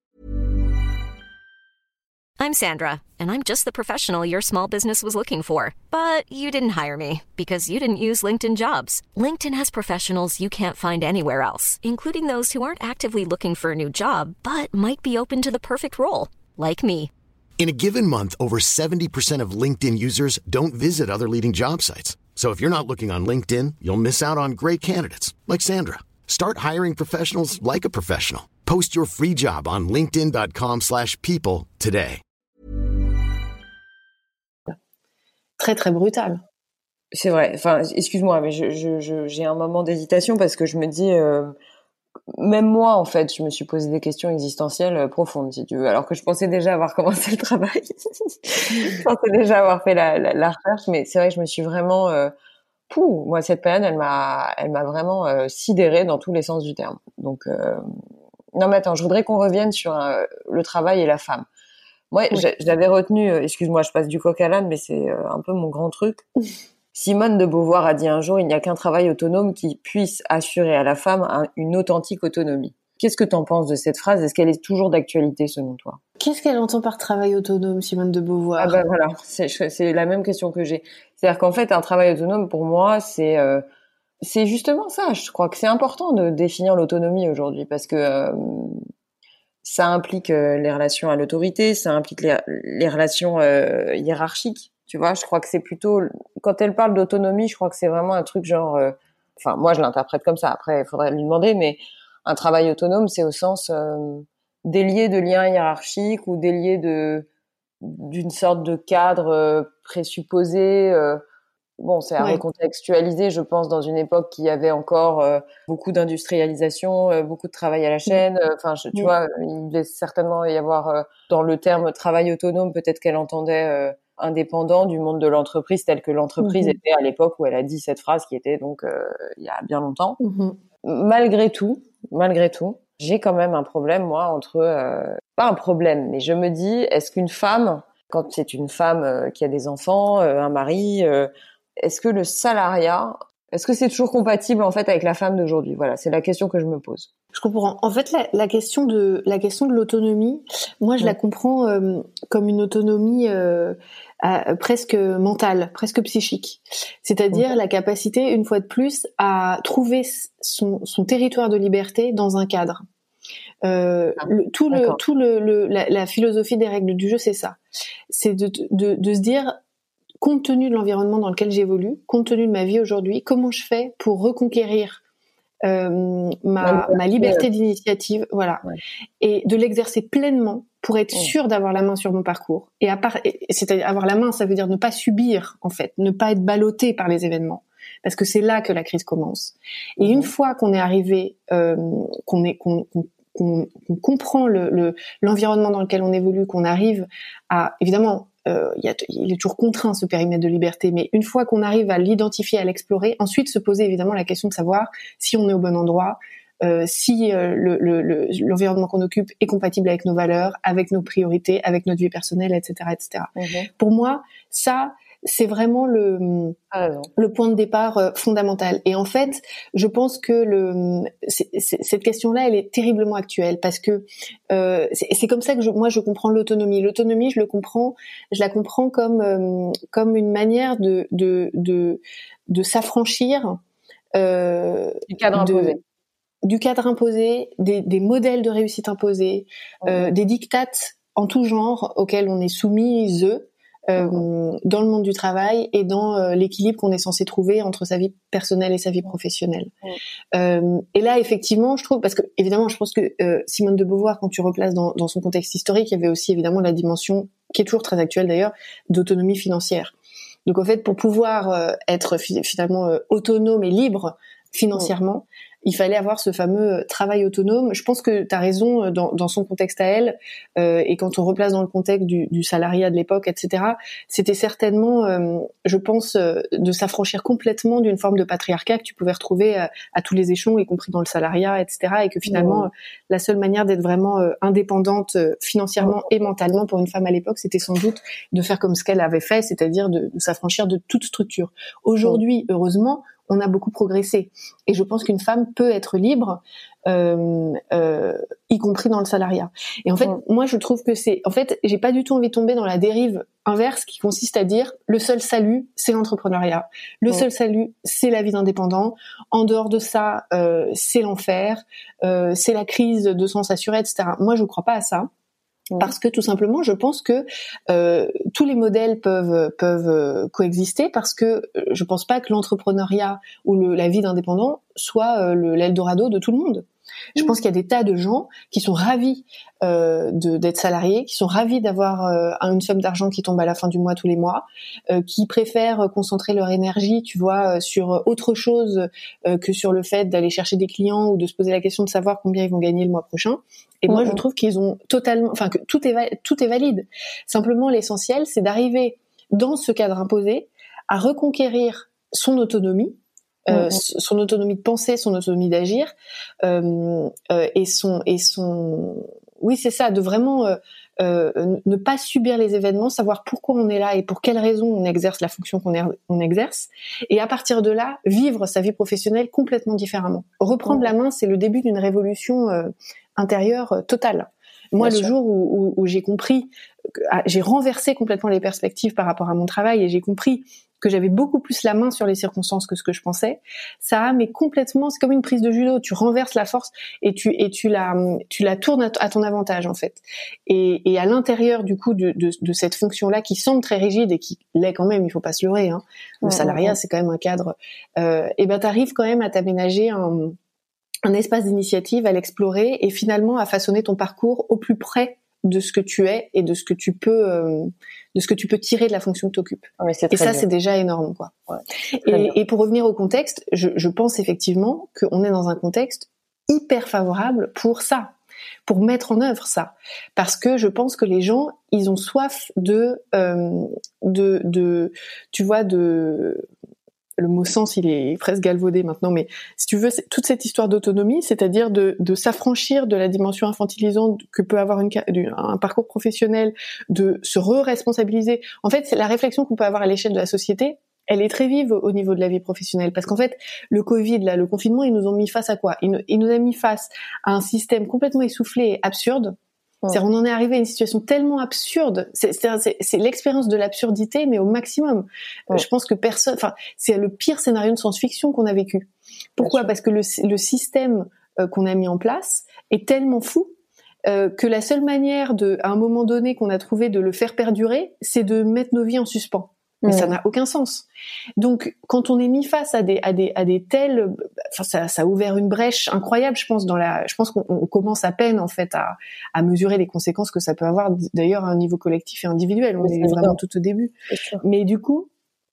I'm Sandra, and I'm just the professional your small business was looking for. But you didn't hire me because you didn't use LinkedIn Jobs. LinkedIn has professionals you can't find anywhere else, including those who aren't actively looking for a new job, but might be open to the perfect role, like me. In a given month, over seventy percent of LinkedIn users don't visit other leading job sites. So if you're not looking on LinkedIn, you'll miss out on great candidates, like Sandra. Start hiring professionals like a professional. Post your free job on linkedin.com slash people today. Très très brutal. C'est vrai. Enfin, excuse-moi, mais je, je, je, j'ai un moment d'hésitation parce que je me dis, euh, même moi, en fait, je me suis posé des questions existentielles euh, profondes, si tu veux, alors que je pensais déjà avoir commencé le travail. Je pensais déjà avoir fait la, la, la recherche, mais c'est vrai que je me suis vraiment, euh, pouh, moi, cette période, elle m'a, elle m'a vraiment euh, sidérée dans tous les sens du terme. Donc, euh, non, mais attends, je voudrais qu'on revienne sur euh, le travail et la femme. Moi, oui. j'avais retenu, euh, excuse-moi, je passe du coq à l'âne, mais c'est euh, un peu mon grand truc. Simone de Beauvoir a dit un jour, il n'y a qu'un travail autonome qui puisse assurer à la femme un, une authentique autonomie. Qu'est-ce que t'en penses de cette phrase ? Est-ce qu'elle est toujours d'actualité selon toi ? Qu'est-ce qu'elle entend par travail autonome, Simone de Beauvoir ? Ah ben voilà, c'est, c'est la même question que j'ai. C'est-à-dire qu'en fait, un travail autonome, pour moi, c'est... Euh, c'est justement ça. Je crois que c'est important de définir l'autonomie aujourd'hui parce que... Euh, ça implique euh, les relations à l'autorité, ça implique les, les relations euh, hiérarchiques, tu vois. Je crois que c'est plutôt, quand elle parle d'autonomie, je crois que c'est vraiment un truc genre, euh, enfin moi je l'interprète comme ça. Après, il faudrait lui demander, mais un travail autonome, c'est au sens euh, délié de liens hiérarchiques ou délié de d'une sorte de cadre euh, présupposé. Euh, Bon, c'est à ouais. recontextualiser, je pense, dans une époque qui avait encore euh, beaucoup d'industrialisation, euh, beaucoup de travail à la chaîne. Enfin, euh, tu oui. vois, il devait certainement y avoir, euh, dans le terme travail autonome, peut-être qu'elle entendait euh, indépendant du monde de l'entreprise, tel que l'entreprise mm-hmm. était à l'époque où elle a dit cette phrase, qui était donc euh, il y a bien longtemps. Mm-hmm. Malgré tout, malgré tout, j'ai quand même un problème, moi, entre... Euh, pas un problème, mais je me dis, est-ce qu'une femme, quand c'est une femme euh, qui a des enfants, euh, un mari... Euh, est-ce que le salariat, est-ce que c'est toujours compatible en fait avec la femme d'aujourd'hui ? Voilà, c'est la question que je me pose. Je comprends. En fait, la, la question de la question de l'autonomie, moi, je ouais. la comprends euh, comme une autonomie euh, à, presque mentale, presque psychique. C'est-à-dire okay. la capacité, une fois de plus, à trouver son, son territoire de liberté dans un cadre. Euh, ah, le, tout d'accord. le tout le, le la, la philosophie des règles du jeu, c'est ça. C'est de de, de se dire, compte tenu de l'environnement dans lequel j'évolue, compte tenu de ma vie aujourd'hui, comment je fais pour reconquérir euh, ma, ma liberté d'initiative, voilà, ouais. et de l'exercer pleinement pour être ouais. sûre d'avoir la main sur mon parcours. Et à part, c'est-à-dire avoir la main, ça veut dire ne pas subir, en fait, ne pas être ballotté par les événements, parce que c'est là que la crise commence. Et mmh. une fois qu'on est arrivé, euh, qu'on est, qu'on, qu'on Qu'on, qu'on comprend le, le, l'environnement dans lequel on évolue, qu'on arrive à, évidemment, euh, y a, il est toujours contraint ce périmètre de liberté, mais une fois qu'on arrive à l'identifier, à l'explorer, ensuite se poser évidemment la question de savoir si on est au bon endroit, euh, si euh, le, le, le, l'environnement qu'on occupe est compatible avec nos valeurs, avec nos priorités, avec notre vie personnelle, et cetera, et cetera. Mm-hmm. Pour moi, ça, c'est vraiment le ah, le point de départ euh, fondamental. Et en fait, je pense que le c'est, c'est, cette question-là, elle est terriblement actuelle parce que euh, c'est, c'est comme ça que je, moi je comprends l'autonomie. L'autonomie, je le comprends, je la comprends comme euh, comme une manière de de de de s'affranchir euh, du cadre de, imposé, du cadre imposé, des, des modèles de réussite imposés, mmh. euh, des dictates en tout genre auxquels on est soumise. euh, mmh. dans le monde du travail et dans euh, l'équilibre qu'on est censé trouver entre sa vie personnelle et sa vie professionnelle. Mmh. Euh, et là, effectivement, je trouve, parce que évidemment, je pense que euh, Simone de Beauvoir, quand tu replaces dans, dans son contexte historique, il y avait aussi évidemment la dimension, qui est toujours très actuelle d'ailleurs, d'autonomie financière. Donc en fait, pour pouvoir euh, être fi- finalement euh, autonome et libre financièrement, mmh. il fallait avoir ce fameux travail autonome. Je pense que tu as raison dans, dans son contexte à elle, euh, et quand on replace dans le contexte du, du salariat de l'époque, et cetera, c'était certainement, euh, je pense, euh, de s'affranchir complètement d'une forme de patriarcat que tu pouvais retrouver à, à tous les échelons, y compris dans le salariat, et cetera, et que finalement, mmh. la seule manière d'être vraiment euh, indépendante euh, financièrement mmh. et mentalement pour une femme à l'époque, c'était sans doute de faire comme ce qu'elle avait fait, c'est-à-dire de, de s'affranchir de toute structure. Aujourd'hui, mmh. heureusement, on a beaucoup progressé. Et je pense qu'une femme peut être libre, euh, euh, y compris dans le salariat. Et en fait, mmh. moi, je trouve que c'est... En fait, j'ai pas du tout envie de tomber dans la dérive inverse qui consiste à dire le seul salut, c'est l'entrepreneuriat. Le mmh. seul salut, c'est la vie d'indépendant. En dehors de ça, euh, c'est l'enfer, euh, c'est la crise de sens assuré, et cetera. Moi, je crois pas à ça. Parce que tout simplement, je pense que euh, tous les modèles peuvent peuvent euh, coexister, parce que je pense pas que l'entrepreneuriat ou le, la vie d'indépendant soit euh, le, l'Eldorado de tout le monde. Je pense qu'il y a des tas de gens qui sont ravis euh, de, d'être salariés, qui sont ravis d'avoir euh, une somme d'argent qui tombe à la fin du mois tous les mois, euh, qui préfèrent concentrer leur énergie, tu vois, sur autre chose euh, que sur le fait d'aller chercher des clients ou de se poser la question de savoir combien ils vont gagner le mois prochain. Et mmh. moi, je trouve qu'ils ont totalement, enfin que tout est va- tout est valide. Simplement, l'essentiel, c'est d'arriver dans ce cadre imposé à reconquérir son autonomie. Euh, mmh. son autonomie de penser, son autonomie d'agir, euh, euh, et son et son oui c'est ça, de vraiment euh, euh, ne pas subir les événements, savoir pourquoi on est là et pour quelles raisons on exerce la fonction qu'on er- on exerce, et à partir de là vivre sa vie professionnelle complètement différemment. Reprendre mmh. la main, c'est le début d'une révolution euh, intérieure euh, totale. Moi, Bien le sûr. jour où, où, où j'ai compris, ah, j'ai renversé complètement les perspectives par rapport à mon travail et j'ai compris que j'avais beaucoup plus la main sur les circonstances que ce que je pensais. Ça a, mais complètement, c'est comme une prise de judo. Tu renverses la force et tu et tu la tu la tournes à, t- à ton avantage en fait. Et, et à l'intérieur du coup de, de, de cette fonction-là qui semble très rigide et qui l'est quand même, il faut pas se leurrer. Hein. Le ouais, salariat, ouais, ouais. c'est quand même un cadre. Euh, et ben t'arrives quand même à t'aménager un un espace d'initiative, à l'explorer et finalement à façonner ton parcours au plus près de ce que tu es et de ce que tu peux euh, de ce que tu peux tirer de la fonction que tu occupes. Ouais, et ça, bien. c'est déjà énorme, quoi. Ouais, et, et pour revenir au contexte, je, je pense effectivement qu'on est dans un contexte hyper favorable pour ça, pour mettre en œuvre ça, parce que je pense que les gens, ils ont soif de euh, de de tu vois de le mot sens, il est presque galvaudé maintenant, mais si tu veux, c'est toute cette histoire d'autonomie, c'est-à-dire de, de s'affranchir de la dimension infantilisante que peut avoir une, un parcours professionnel, de se re-responsabiliser. En fait, c'est la réflexion qu'on peut avoir à l'échelle de la société, elle est très vive au niveau de la vie professionnelle, parce qu'en fait, le Covid, là, le confinement, ils nous ont mis face à quoi ? Ils nous, ils nous ont mis face à un système complètement essoufflé et absurde. C'est-à-dire, on en est arrivé à une situation tellement absurde. C'est, c'est, c'est, c'est l'expérience de l'absurdité, mais au maximum. Ouais. Je pense que personne, enfin, c'est le pire scénario de science-fiction qu'on a vécu. Pourquoi ? Parce que le, le système euh, qu'on a mis en place est tellement fou euh, que la seule manière de, à un moment donné, qu'on a trouvé de le faire perdurer, c'est de mettre nos vies en suspens. Mais mmh. ça n'a aucun sens. Donc, quand on est mis face à des à des à des tels, enfin ça ça a ouvert une brèche incroyable, je pense dans la, je pense qu'on on commence à peine en fait à à mesurer les conséquences que ça peut avoir d'ailleurs à un niveau collectif et individuel. On est vraiment tout au début. Mais du coup,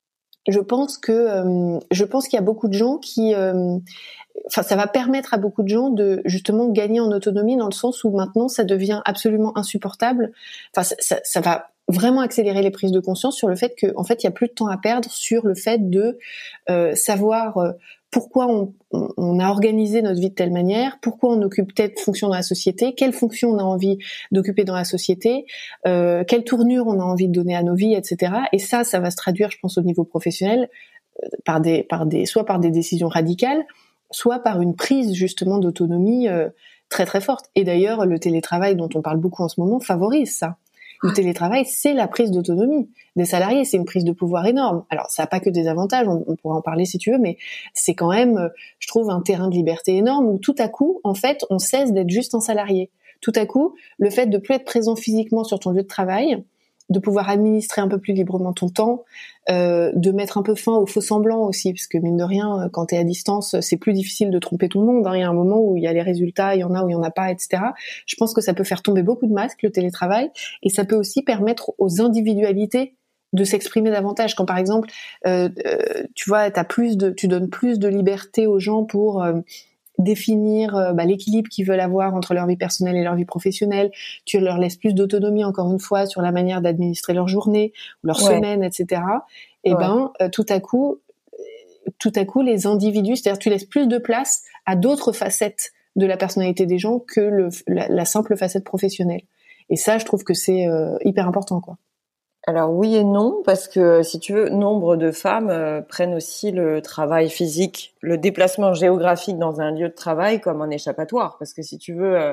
je pense que euh, je pense qu'il y a beaucoup de gens qui, euh, enfin ça va permettre à beaucoup de gens de justement gagner en autonomie dans le sens où maintenant ça devient absolument insupportable. Enfin ça, ça, ça va vraiment accélérer les prises de conscience sur le fait que en fait il y a plus de temps à perdre sur le fait de euh, savoir euh, pourquoi on, on, on a organisé notre vie de telle manière, pourquoi on occupe telle fonction dans la société, quelle fonction on a envie d'occuper dans la société, euh, quelle tournure on a envie de donner à nos vies, et cetera. Et ça, ça va se traduire, je pense, au niveau professionnel euh, par des, par des, soit par des décisions radicales, soit par une prise justement d'autonomie euh, très très forte. Et d'ailleurs, le télétravail dont on parle beaucoup en ce moment favorise ça. Le télétravail, c'est la prise d'autonomie des salariés, c'est une prise de pouvoir énorme. Alors, ça n'a pas que des avantages, on, on pourra en parler si tu veux, mais c'est quand même, je trouve, un terrain de liberté énorme où tout à coup, en fait, on cesse d'être juste un salarié. Tout à coup, le fait de plus être présent physiquement sur ton lieu de travail, de pouvoir administrer un peu plus librement ton temps, euh, de mettre un peu fin aux faux semblants aussi, parce que mine de rien, quand t'es à distance, c'est plus difficile de tromper tout le monde. Hein. Il y a un moment où il y a les résultats, il y en a où il y en a pas, et cetera. Je pense que ça peut faire tomber beaucoup de masques, le télétravail, et ça peut aussi permettre aux individualités de s'exprimer davantage. Quand par exemple, euh, euh, tu vois, t'as plus de, tu donnes plus de liberté aux gens pour euh, définir euh, bah, l'équilibre qu'ils veulent avoir entre leur vie personnelle et leur vie professionnelle. Tu leur laisses plus d'autonomie, encore une fois, sur la manière d'administrer leur journée, leur ouais. semaine, et cetera. Et ouais. ben, euh, tout à coup, tout à coup, les individus, c'est-à-dire tu laisses plus de place à d'autres facettes de la personnalité des gens que le, la, la simple facette professionnelle. Et ça, je trouve que c'est euh, hyper important, quoi. Alors oui et non, parce que si tu veux, nombre de femmes euh, prennent aussi le travail physique, le déplacement géographique dans un lieu de travail comme un échappatoire. Parce que si tu veux, il euh,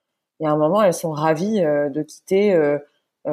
y a un moment, elles sont ravies euh, de quitter euh,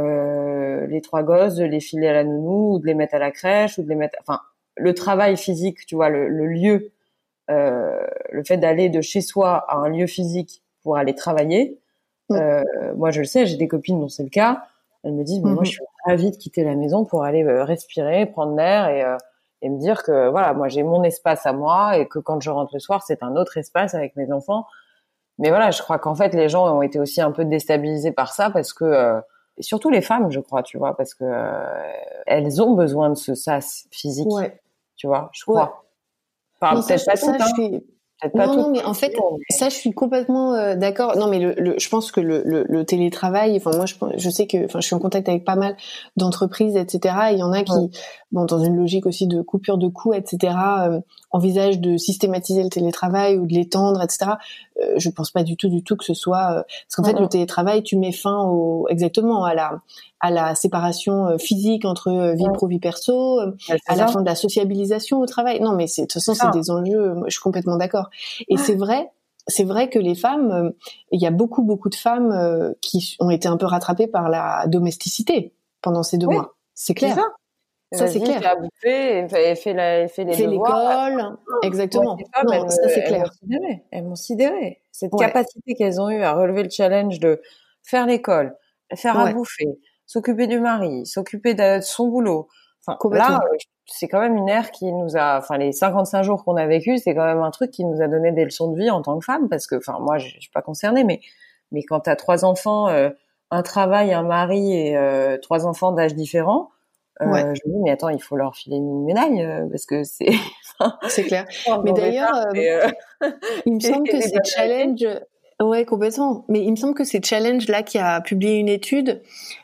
euh, les trois gosses, de les filer à la nounou, ou de les mettre à la crèche, ou de les mettre... Enfin, le travail physique, tu vois, le, le lieu, euh, le fait d'aller de chez soi à un lieu physique pour aller travailler, mmh. euh, moi je le sais, j'ai des copines dont c'est le cas. Elles me disent, mais mmh. moi, je suis ravie de quitter la maison pour aller euh, respirer, prendre l'air et, euh, et me dire que, voilà, moi, j'ai mon espace à moi et que quand je rentre le soir, c'est un autre espace avec mes enfants. Mais voilà, je crois qu'en fait, les gens ont été aussi un peu déstabilisés par ça parce que, euh, et surtout les femmes, je crois, tu vois, parce que euh, elles ont besoin de ce sas physique, ouais. tu vois, je crois. Ouais. Enfin, non, peut-être ça, pas ça, tout, hein. Je suis... Peut-être pas non, tout. non, mais en fait, ça, je suis complètement euh, d'accord. Non, mais le, le, je pense que le, le, le télétravail, enfin, moi, je, je sais que, enfin, je suis en contact avec pas mal d'entreprises, et cetera. Et il y en a qui, ouais. bon, dans une logique aussi de coupure de coûts, et cetera, euh, envisagent de systématiser le télétravail ou de l'étendre, et cetera. Euh, je pense pas du tout, du tout que ce soit, euh, parce qu'en ouais. fait, le télétravail, tu mets fin au, exactement à la, à la séparation physique entre vie ouais. pro, vie perso, ouais, à la ça. fin de la sociabilisation au travail. Non, mais c'est, de toute façon, c'est ah. des enjeux. Moi, je suis complètement d'accord. Et ouais. c'est vrai, c'est vrai que les femmes, il euh, y a beaucoup, beaucoup de femmes euh, qui ont été un peu rattrapées par la domesticité pendant ces deux oui. mois. C'est clair. C'est ça. Ça, Vas-y, c'est clair. Fais à bouffer, fais, fais, la, fais les fais devoirs. l'école, exactement. Ouais, femmes, non, elles, ça, c'est elles clair. M'ont sidéré. Elles m'ont sidéré. Cette ouais. capacité qu'elles ont eue à relever le challenge de faire l'école, faire ouais. à bouffer, s'occuper du mari, s'occuper de son boulot. Enfin, là, c'est quand même une ère qui nous a, enfin, les cinquante-cinq jours qu'on a vécu, c'est quand même un truc qui nous a donné des leçons de vie en tant que femme, parce que, enfin, moi, je, je suis pas concernée, mais, mais quand t'as trois enfants, euh, un travail, un mari et euh, trois enfants d'âge différents, euh, ouais. je me dis, mais attends, il faut leur filer une médaille, euh, parce que c'est, c'est clair. Mais d'ailleurs, euh, euh, il me semble que c'est challenge. Ouais, complètement. Mais il me semble que c'est Challenge là qui a publié une étude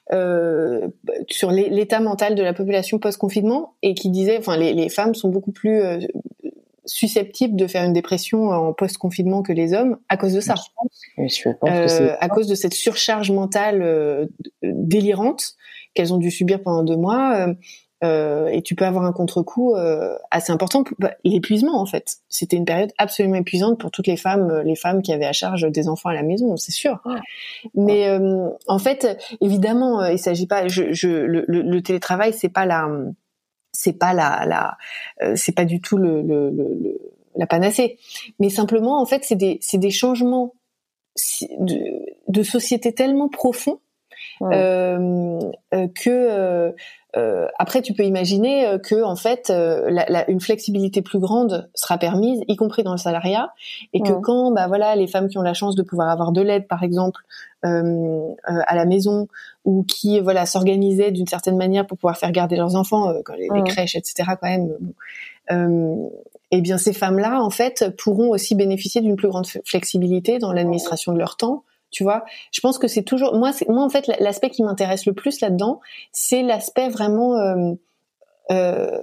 euh, sur l'état mental de la population post-confinement et qui disait, enfin, les, les femmes sont beaucoup plus euh, susceptibles de faire une dépression en post-confinement que les hommes à cause de ça. Je pense euh, que c'est... à cause de cette surcharge mentale euh, délirante qu'elles ont dû subir pendant deux mois. Euh, Euh, et tu peux avoir un contre-coup euh, assez important. Bah, l'épuisement, en fait, c'était une période absolument épuisante pour toutes les femmes, les femmes qui avaient à charge des enfants à la maison, c'est sûr. Ouais. Mais euh, en fait, évidemment, il s'agit pas. Je, je, le, le, le télétravail, c'est pas la, c'est pas la, la, euh, c'est pas du tout le, le, le, la panacée. Mais simplement, en fait, c'est des, c'est des changements de, de société tellement profonds. Ouais. Euh, euh, que euh, euh, après tu peux imaginer euh, que en fait euh, la, la, une flexibilité plus grande sera permise, y compris dans le salariat, et ouais. que quand bah voilà les femmes qui ont la chance de pouvoir avoir de l'aide par exemple euh, euh, à la maison ou qui voilà s'organisaient d'une certaine manière pour pouvoir faire garder leurs enfants, euh, quand les, ouais. les crèches et cetera quand même. Bon, euh, et bien ces femmes-là en fait pourront aussi bénéficier d'une plus grande flexibilité dans l'administration ouais. de leur temps. Tu vois, je pense que c'est toujours moi. C'est, moi en fait, l'aspect qui m'intéresse le plus là-dedans, c'est l'aspect vraiment euh, euh,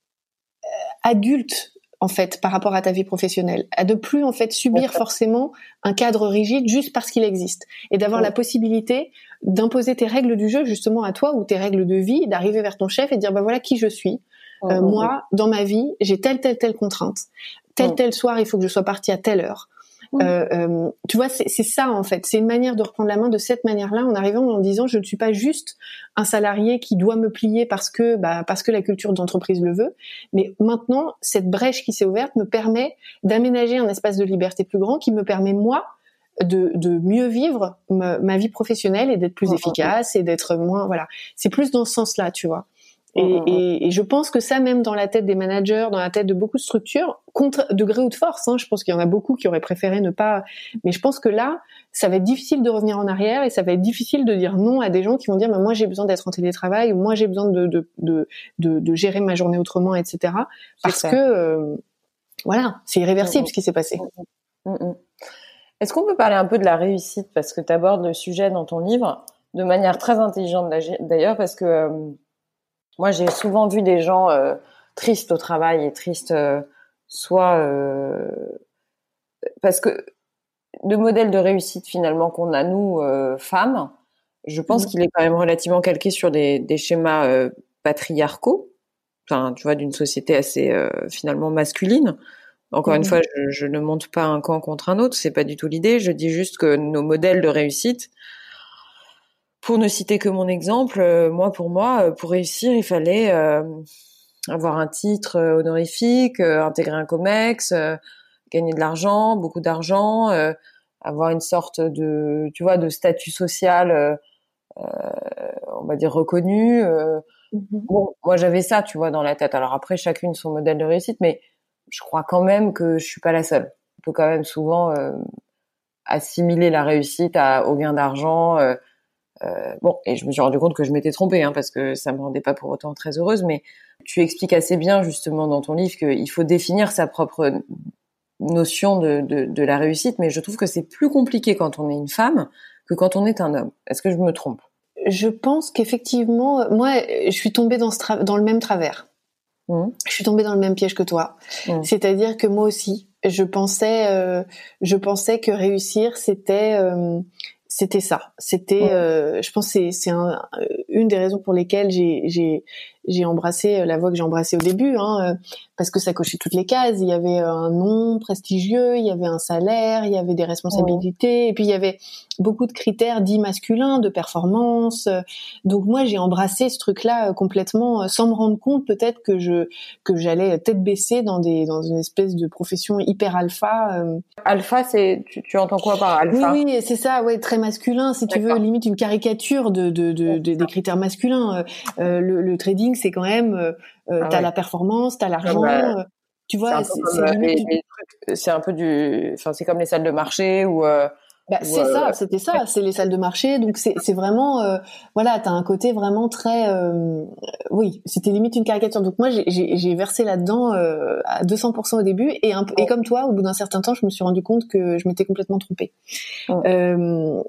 adulte en fait par rapport à ta vie professionnelle, à de plus en fait subir forcément un cadre rigide juste parce qu'il existe, et d'avoir ouais. la possibilité d'imposer tes règles du jeu justement à toi ou tes règles de vie, d'arriver vers ton chef et de dire bah voilà qui je suis. Ouais, euh, ouais, moi, ouais. dans ma vie, j'ai telle telle telle contrainte, tel ouais. tel soir, il faut que je sois partie à telle heure. Mmh. Euh, euh, tu vois, c'est, c'est ça en fait. C'est une manière de reprendre la main de cette manière-là, en arrivant en disant je ne suis pas juste un salarié qui doit me plier parce que bah parce que la culture d'entreprise le veut, mais maintenant cette brèche qui s'est ouverte me permet d'aménager un espace de liberté plus grand qui me permet moi de, de mieux vivre ma, ma vie professionnelle et d'être plus mmh. efficace et d'être moins, voilà. C'est plus dans ce sens-là, tu vois. Et, mmh. et, et je pense que ça, même dans la tête des managers, dans la tête de beaucoup de structures, contre de gré ou de force, hein, je pense qu'il y en a beaucoup qui auraient préféré ne pas, mais je pense que là, ça va être difficile de revenir en arrière et ça va être difficile de dire non à des gens qui vont dire, mais moi j'ai besoin d'être en télétravail ou moi j'ai besoin de, de, de, de, de gérer ma journée autrement, et cetera. Parce que, euh, voilà, c'est irréversible mmh. ce qui s'est passé. Mmh. Mmh. Est-ce qu'on peut parler un peu de la réussite, parce que tu abordes le sujet dans ton livre de manière très intelligente d'ailleurs, parce que euh, moi, j'ai souvent vu des gens euh, tristes au travail et tristes euh, soit euh, parce que le modèle de réussite finalement qu'on a nous euh, femmes, je pense mmh. qu'il est quand même relativement calqué sur des, des schémas euh, patriarcaux, enfin, tu vois, d'une société assez euh, finalement masculine. Encore mmh. une fois, je, je ne monte pas un camp contre un autre, c'est pas du tout l'idée. Je dis juste que nos modèles de réussite. Pour ne citer que mon exemple, euh, moi pour moi, euh, pour réussir, il fallait euh, avoir un titre euh, honorifique, euh, intégrer un comex, euh, gagner de l'argent, beaucoup d'argent, euh, avoir une sorte de, tu vois, de statut social, euh, euh, on va dire reconnu. Euh. Mm-hmm. Bon, moi j'avais ça, tu vois, dans la tête. Alors après, chacune son modèle de réussite, mais je crois quand même que je suis pas la seule. On peut quand même souvent euh, assimiler la réussite à, au gain d'argent. Euh, Euh, bon, et je me suis rendu compte que je m'étais trompée, hein, parce que ça me rendait pas pour autant très heureuse, mais tu expliques assez bien justement dans ton livre qu'il faut définir sa propre notion de, de, de la réussite, mais je trouve que c'est plus compliqué quand on est une femme que quand on est un homme. Est-ce que je me trompe ? Je pense qu'effectivement, moi, je suis tombée dans, ce tra- dans le même travers. Mmh. Je suis tombée dans le même piège que toi. Mmh. C'est-à-dire que moi aussi, je pensais, euh, je pensais que réussir, c'était... Euh, C'était ça. C'était, ouais. euh, je pense, que c'est, c'est un, une des raisons pour lesquelles j'ai, j'ai, j'ai embrassé la voie que j'ai embrassée au début, hein, parce que ça cochait toutes les cases. Il y avait un nom prestigieux, il y avait un salaire, il y avait des responsabilités, ouais. et puis il y avait beaucoup de critères dits masculins, de performance. Donc moi, j'ai embrassé ce truc-là complètement, sans me rendre compte peut-être que je que j'allais tête baissée dans des dans une espèce de profession hyper alpha. Alpha, c'est tu, tu entends quoi par alpha ? Oui, oui, c'est ça, ouais, très masculin, si D'accord. tu veux, limite une caricature de de de, de des critères masculins. Euh, le, le trading, c'est quand même, euh, ah t'as ouais. la performance, t'as l'argent. Euh, tu vois, c'est, c'est, c'est limite. Les, les trucs, c'est un peu du, enfin, c'est comme les salles de marché ou. Euh, Bah, ou, c'est euh, ça, c'était ça, c'est les salles de marché, donc c'est, c'est vraiment, euh, voilà, t'as un côté vraiment très, euh, oui, c'était limite une caricature. Donc moi, j'ai, j'ai, j'ai versé là-dedans euh, à deux cents pour cent au début, et, un, et comme toi, au bout d'un certain temps, je me suis rendu compte que je m'étais complètement trompée. Ouais. Euh,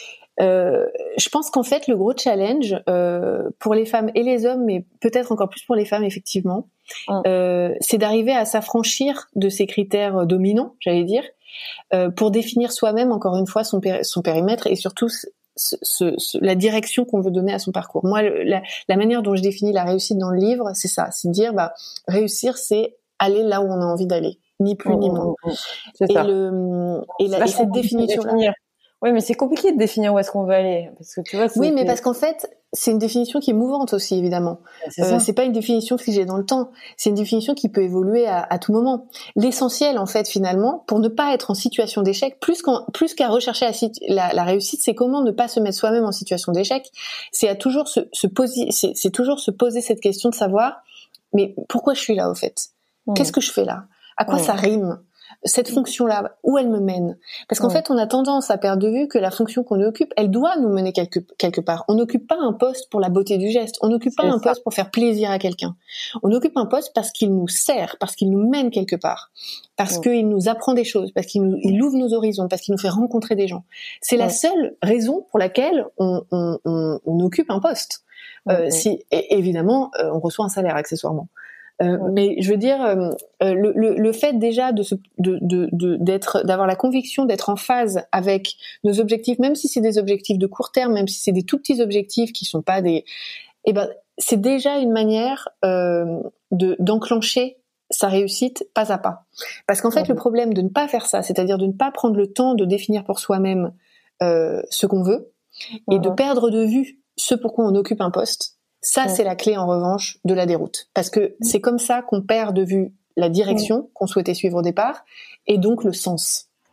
euh, je pense qu'en fait, le gros challenge euh, pour les femmes et les hommes, mais peut-être encore plus pour les femmes, effectivement, ouais. euh, c'est d'arriver à s'affranchir de ces critères dominants, j'allais dire. Euh, pour définir soi-même, encore une fois, son, péri- son périmètre et surtout ce, ce, ce, la direction qu'on veut donner à son parcours. Moi, la, la manière dont je définis la réussite dans le livre, c'est ça, c'est de dire, bah, réussir, c'est aller là où on a envie d'aller, ni plus mmh, ni moins. Mmh, c'est et ça. Le, et, la, et cette définition-là. Oui, mais c'est compliqué de définir où est-ce qu'on veut aller, parce que tu vois. C'est oui, mais c'est... parce qu'en fait, c'est une définition qui est mouvante aussi, évidemment. C'est, euh, c'est pas une définition figée dans le temps. C'est une définition qui peut évoluer à, à tout moment. L'essentiel, en fait, finalement, pour ne pas être en situation d'échec, plus qu'en, plus qu'à rechercher la, la, la réussite, c'est comment ne pas se mettre soi-même en situation d'échec. C'est à toujours se, se poser, c'est, c'est toujours se poser cette question de savoir, mais pourquoi je suis là, au fait? Mmh. Qu'est-ce que je fais là? À quoi mmh. ça rime? Cette fonction-là, où elle me mène? Parce qu'en ouais. fait, on a tendance à perdre de vue que la fonction qu'on occupe, elle doit nous mener quelque, quelque part. On n'occupe pas un poste pour la beauté du geste. On n'occupe pas C'est un ça. poste pour faire plaisir à quelqu'un. On occupe un poste parce qu'il nous sert, parce qu'il nous mène quelque part, parce ouais. qu'il nous apprend des choses, parce qu'il nous, il ouvre nos horizons, parce qu'il nous fait rencontrer des gens. C'est ouais. la seule raison pour laquelle on, on, on, on occupe un poste. Ouais. Euh, si, et évidemment, euh, on reçoit un salaire accessoirement. Euh, ouais. Mais je veux dire, euh, le, le, le fait déjà de, se, de, de, de, d'être, d'avoir la conviction d'être en phase avec nos objectifs, même si c'est des objectifs de court terme, même si c'est des tout petits objectifs qui sont pas des, eh ben, c'est déjà une manière euh, de d'enclencher sa réussite pas à pas. Parce qu'en fait, ouais. le problème de ne pas faire ça, c'est-à-dire de ne pas prendre le temps de définir pour soi-même euh, ce qu'on veut ouais. et de perdre de vue ce pourquoi on occupe un poste. Ça, ouais. c'est la clé, en revanche, de la déroute. Parce que c'est comme ça qu'on perd de vue la direction ouais. qu'on souhaitait suivre au départ, et donc le sens.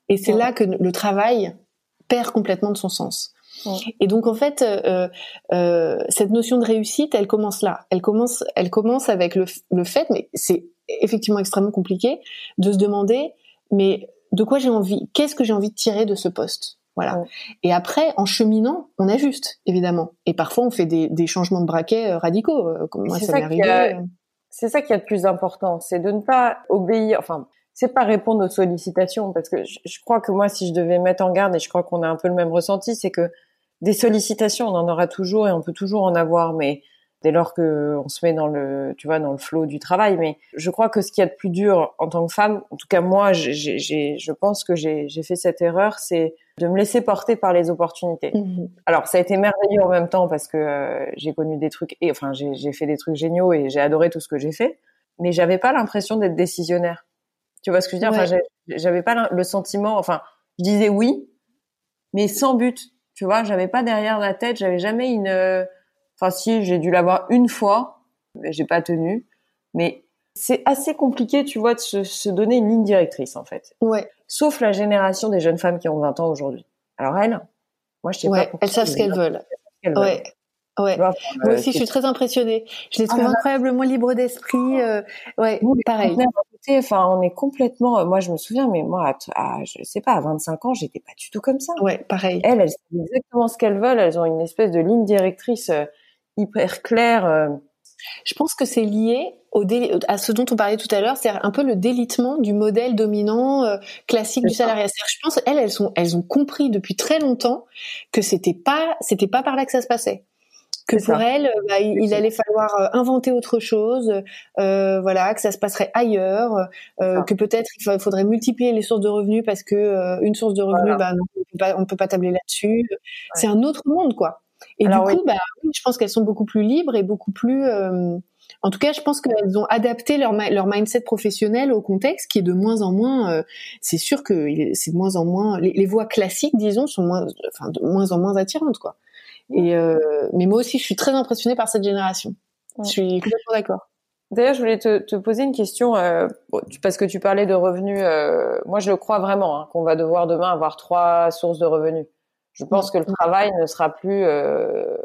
Et c'est ouais. là que le travail perd complètement de son sens. Ouais. Et donc en fait, euh, euh, cette notion de réussite, elle commence là. Elle commence, elle commence avec le, le fait, mais c'est effectivement extrêmement compliqué, de se demander, mais de quoi j'ai envie ? Qu'est-ce que j'ai envie de tirer de ce poste ? Voilà. Ouais. Et après, en cheminant, on ajuste, évidemment. Et parfois, on fait des, des changements de braquet euh, radicaux. Euh, comme moi, c'est ça, ça m'est arrivé. A, c'est ça qui est le plus important, c'est de ne pas obéir. Enfin, c'est pas répondre aux sollicitations, parce que je, je crois que moi, si je devais mettre en garde, et je crois qu'on a un peu le même ressenti, c'est que des sollicitations, on en aura toujours et on peut toujours en avoir, mais dès lors que on se met dans le, tu vois, dans le flot du travail. Mais je crois que ce qu'il y a de plus dur en tant que femme, en tout cas moi, j'ai, j'ai, je pense que j'ai, j'ai fait cette erreur, c'est de me laisser porter par les opportunités. Mmh. Alors ça a été merveilleux en même temps parce que euh, j'ai connu des trucs, et enfin j'ai, j'ai fait des trucs géniaux et j'ai adoré tout ce que j'ai fait, mais j'avais pas l'impression d'être décisionnaire. Tu vois ce que je veux dire ? Ouais. Enfin, j'avais pas le sentiment, enfin, je disais oui, mais sans but. Tu vois, j'avais pas derrière la tête, j'avais jamais une, enfin si, j'ai dû l'avoir une fois, mais j'ai pas tenu. Mais c'est assez compliqué, tu vois, de se, se donner une ligne directrice en fait. Ouais. Sauf la génération des jeunes femmes qui ont vingt ans aujourd'hui. Alors elles, moi je sais ouais, pas pourquoi. Elles savent ce qu'elles veulent. Qu'elles ouais. veulent. Ouais. Vois, moi euh, aussi, je suis très impressionnée. Je les trouve ah, incroyablement libres d'esprit. Euh, ouais, nous, pareil. Enfin, on est complètement. Moi, je me souviens, mais moi, à, à, je sais pas, à vingt-cinq ans, j'étais pas du tout comme ça. Ouais, pareil. Elles, elles savent exactement ce qu'elles veulent. Elles ont une espèce de ligne directrice euh, hyper claire. Euh. Je pense que c'est lié au dé... à ce dont on parlait tout à l'heure, c'est un peu le délitement du modèle dominant euh, classique c'est du salariat. C'est-à-dire, je pense, elles, elles sont, elles ont compris depuis très longtemps que c'était pas, c'était pas par là que ça se passait. Que c'est pour ça. Elle, bah, il, il allait falloir euh, inventer autre chose, euh, voilà, que ça se passerait ailleurs, euh, que peut-être il faudrait multiplier les sources de revenus parce que euh, une source de revenus, voilà. bah non, on peut pas, on peut pas tabler là-dessus. Ouais. C'est un autre monde, quoi. Et alors, du coup, oui. bah, je pense qu'elles sont beaucoup plus libres et beaucoup plus. Euh, en tout cas, je pense qu'elles ont adapté leur leur mindset professionnel au contexte, qui est de moins en moins. Euh, c'est sûr que c'est de moins en moins. Les, les voies classiques, disons, sont moins, enfin, de moins en moins attirantes, quoi. Et euh, mais moi aussi, je suis très impressionnée par cette génération. Ouais. Je suis complètement d'accord. D'ailleurs, je voulais te, te poser une question euh, parce que tu parlais de revenus. Euh, moi, je le crois vraiment hein, qu'on va devoir demain avoir trois sources de revenus. Je pense ouais. que le travail ne sera plus euh,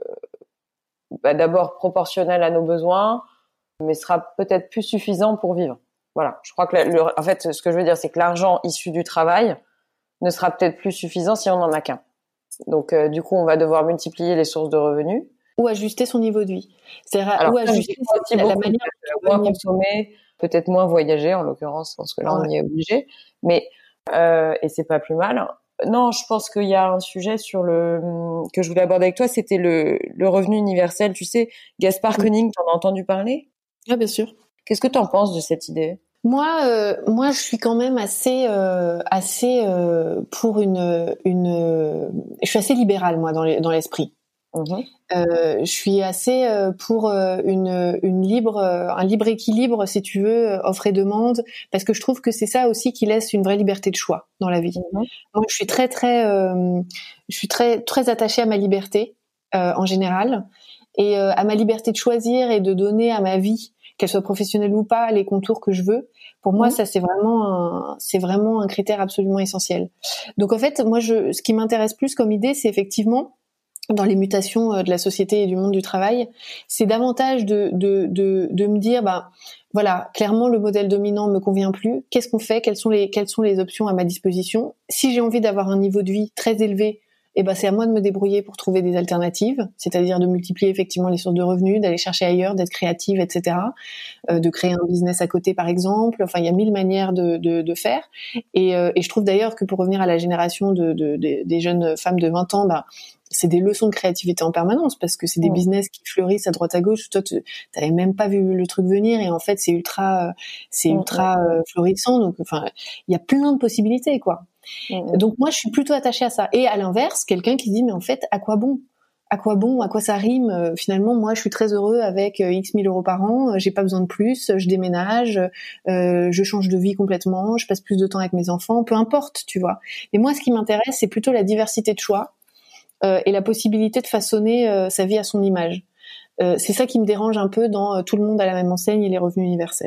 bah, d'abord proportionnel à nos besoins, mais sera peut-être plus suffisant pour vivre. Voilà. Je crois que la, le, en fait, ce que je veux dire, c'est que l'argent issu du travail ne sera peut-être plus suffisant si on n'en a qu'un. Donc, euh, du coup, on va devoir multiplier les sources de revenus. Ou ajuster son niveau de vie. C'est-à-dire, Alors, ou ajuster la, la manière de moins consommer, peut-être moins voyager, en l'occurrence, parce que là, ouais. on y est obligé. Mais, euh, et c'est pas plus mal. Non, je pense qu'il y a un sujet sur le, que je voulais aborder avec toi, c'était le, le revenu universel. Tu sais, Gaspard mmh. Koenig, t'en as entendu parler? Ah, bien sûr. Qu'est-ce que t'en penses de cette idée? Moi, euh, moi, je suis quand même assez, euh, assez euh, pour une, une. Euh, je suis assez libérale moi dans, les, dans l'esprit. Mmh. Euh, je suis assez euh, pour euh, une, une libre, euh, un libre équilibre, si tu veux, offre et demande, parce que je trouve que c'est ça aussi qui laisse une vraie liberté de choix dans la vie. Mmh. Moi, je suis très, très, euh, je suis très, très attachée à ma liberté euh, en général et euh, à ma liberté de choisir et de donner à ma vie, qu'elle soit professionnelle ou pas, les contours que je veux. Pour moi, mmh. ça c'est vraiment un, c'est vraiment un critère absolument essentiel. Donc en fait, moi, je, ce qui m'intéresse plus comme idée, c'est effectivement dans les mutations de la société et du monde du travail, c'est davantage de de de, de me dire, bah voilà, clairement le modèle dominant me convient plus. Qu'est-ce qu'on fait ? Quelles sont les quelles sont les options à ma disposition ? Si j'ai envie d'avoir un niveau de vie très élevé, eh ben c'est à moi de me débrouiller pour trouver des alternatives, c'est-à-dire de multiplier effectivement les sources de revenus, d'aller chercher ailleurs, d'être créative, et cetera. Euh, de créer un business à côté, par exemple. Enfin, il y a mille manières de, de, de faire. Et, euh, et je trouve d'ailleurs que pour revenir à la génération de, de, de des jeunes femmes de vingt ans, bah c'est des leçons de créativité en permanence parce que c'est des mmh. business qui fleurissent à droite à gauche. Toi, tu t'avais même pas vu le truc venir et en fait, c'est ultra, c'est mmh. ultra euh, florissant. Donc, enfin, il y a plein de possibilités, quoi. Mmh. Donc moi, je suis plutôt attachée à ça. Et à l'inverse, quelqu'un qui dit mais en fait, à quoi bon ? À quoi bon ? À quoi ça rime ? euh, Finalement, moi, je suis très heureux avec euh, X mille euros par an. Euh, j'ai pas besoin de plus. Je déménage, euh, je change de vie complètement. Je passe plus de temps avec mes enfants. Peu importe, tu vois. Et moi, ce qui m'intéresse, c'est plutôt la diversité de choix. Euh, et la possibilité de façonner euh, sa vie à son image. Euh, c'est ça qui me dérange un peu dans euh, tout le monde à la même enseigne et les revenus universels.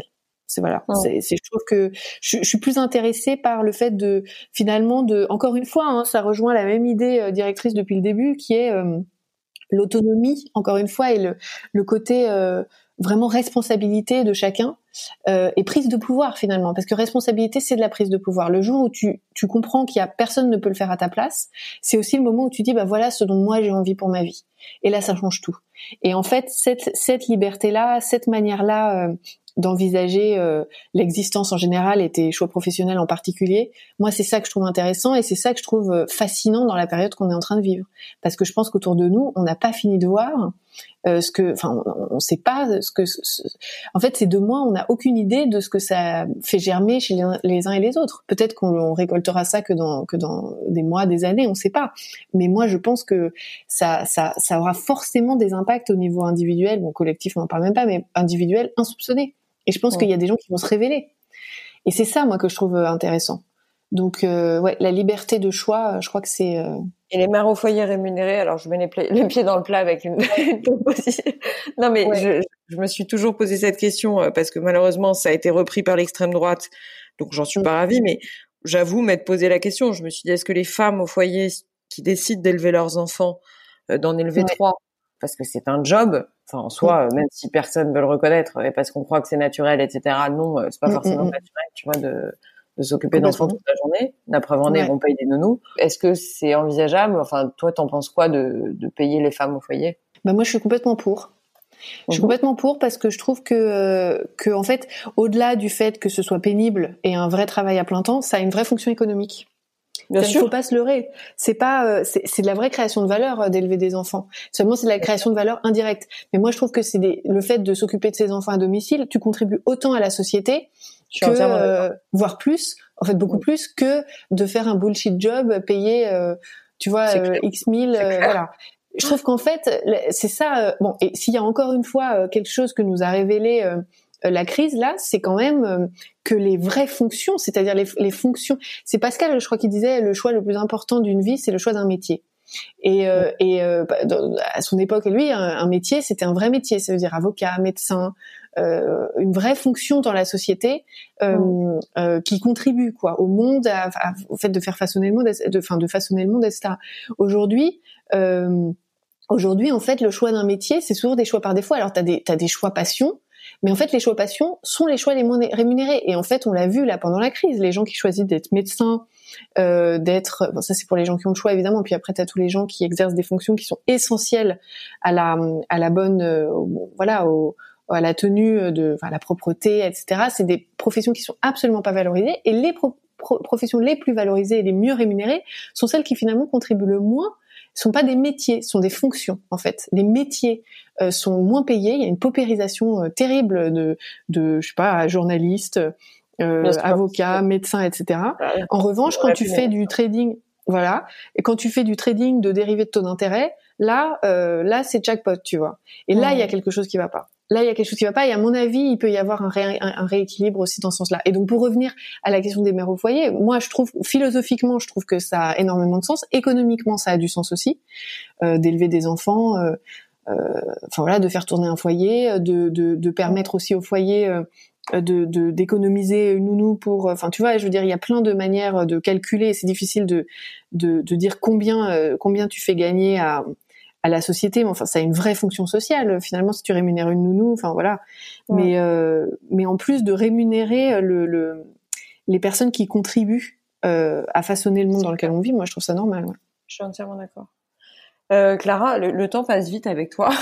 C'est voilà. Oh. C'est, c'est, je trouve que je, je suis plus intéressée par le fait de finalement de, encore une fois, hein, ça rejoint la même idée euh, directrice depuis le début, qui est euh, l'autonomie, encore une fois, et le, le côté euh, vraiment responsabilité de chacun euh, et prise de pouvoir finalement, parce que responsabilité, c'est de la prise de pouvoir. Le jour où tu, tu comprends qu'il y a personne ne peut le faire à ta place, c'est aussi le moment où tu dis bah voilà ce dont moi j'ai envie pour ma vie. Et là, ça change tout. Et en fait, cette, cette liberté-là, cette manière-là euh, d'envisager euh, l'existence en général et tes choix professionnels en particulier, moi c'est ça que je trouve intéressant et c'est ça que je trouve fascinant dans la période qu'on est en train de vivre, parce que je pense qu'autour de nous on n'a pas fini de voir euh, ce que, enfin on, on sait pas ce que, ce, en fait ces deux mois on n'a aucune idée de ce que ça fait germer chez les, les uns et les autres. Peut-être qu'on on récoltera ça que dans que dans des mois, des années, on sait pas. Mais moi je pense que ça ça ça aura forcément des impacts au niveau individuel, bon collectif on n'en parle même pas, mais individuel insoupçonné. Et je pense ouais. qu'il y a des gens qui vont se révéler. Et c'est ça, moi, que je trouve intéressant. Donc, euh, ouais, la liberté de choix, je crois que c'est... Euh... Et les mères au foyer rémunérées, alors je mets les, pla- les pieds dans le plat avec une, une proposition. Non, mais ouais. je, je me suis toujours posé cette question, parce que malheureusement, ça a été repris par l'extrême droite, donc j'en suis mmh. pas ravie, mais j'avoue m'être posé la question. Je me suis dit, est-ce que les femmes au foyer qui décident d'élever leurs enfants, euh, d'en élever ouais. trois, parce que c'est un job, enfin en soi, mmh. même si personne veut le reconnaître, et parce qu'on croit que c'est naturel, et cetera. Non, c'est pas mmh, forcément mmh. naturel, tu vois, de, de s'occuper d'enfants toute la journée. La preuve en est, ouais. on paye des nounous. Est-ce que c'est envisageable? Enfin, toi, t'en penses quoi de, de payer les femmes au foyer? Bah moi, je suis complètement pour. Je suis mmh. complètement pour parce que je trouve que, que en fait, au-delà du fait que ce soit pénible et un vrai travail à plein temps, ça a une vraie fonction économique. Bien sûr. Il faut pas se leurrer. C'est pas, euh, c'est, c'est de la vraie création de valeur euh, d'élever des enfants. Seulement, c'est de la création de valeur indirecte. Mais moi, je trouve que c'est des, le fait de s'occuper de ses enfants à domicile, tu contribues autant à la société que, euh, voire plus, en fait beaucoup oui. plus que de faire un bullshit job payé, euh, tu vois, euh, X mille, euh, voilà. Je trouve qu'en fait, c'est ça. Euh, bon, et s'il y a encore une fois euh, quelque chose que nous a révélé euh, la crise là, c'est quand même euh, que les vraies fonctions, c'est-à-dire les, les fonctions. C'est Pascal, je crois, qui disait le choix le plus important d'une vie, c'est le choix d'un métier. Et, euh, ouais. et euh, à son époque, lui, un, un métier, c'était un vrai métier. Ça veut dire avocat, médecin, euh, une vraie fonction dans la société euh, ouais. euh, qui contribue quoi au monde, à, à, au fait de faire façonner le monde, de, enfin de façonner le monde, et cetera. Aujourd'hui. Euh, Aujourd'hui, en fait, le choix d'un métier, c'est souvent des choix par défaut. Alors, t'as des, t'as des choix passion, mais en fait, les choix passion sont les choix les moins rémunérés. Et en fait, on l'a vu là pendant la crise, les gens qui choisissent d'être médecin, euh, d'être, bon, ça c'est pour les gens qui ont le choix évidemment. Puis après, t'as tous les gens qui exercent des fonctions qui sont essentielles à la, à la bonne, euh, voilà, au, à la tenue de, enfin, à la propreté, et cetera. C'est des professions qui sont absolument pas valorisées. Et les pro- pro- professions les plus valorisées et les mieux rémunérées sont celles qui finalement contribuent le moins. Sont pas des métiers, sont des fonctions en fait. Les métiers euh, sont moins payés. Il y a une paupérisation euh, terrible de, de, je sais pas, journalistes, euh, avocats, médecins, et cetera. En revanche, quand tu fais du trading, voilà, et quand tu fais du trading de dérivés de taux d'intérêt, là, euh, là, c'est jackpot, tu vois. Et là, il y a quelque chose qui va pas. Là, il y a quelque chose qui va pas. Et à mon avis, il peut y avoir un, ré, un, un rééquilibre aussi dans ce sens-là. Et donc, pour revenir à la question des mères au foyer, moi, je trouve, philosophiquement, je trouve que ça a énormément de sens. Économiquement, ça a du sens aussi, euh, d'élever des enfants, euh, euh, enfin voilà, de faire tourner un foyer, de, de, de permettre aussi au foyer euh, de, de d'économiser une nounou pour, enfin tu vois, je veux dire, il y a plein de manières de calculer. C'est difficile de, de, de dire combien, euh, combien tu fais gagner à à la société, mais enfin ça a une vraie fonction sociale finalement si tu rémunères une nounou, enfin voilà. Ouais. Mais euh, mais en plus de rémunérer le, le les personnes qui contribuent euh, à façonner le monde dans lequel on vit, moi je trouve ça normal. Ouais. Je suis entièrement d'accord. Euh, Clara, le, le temps passe vite avec toi.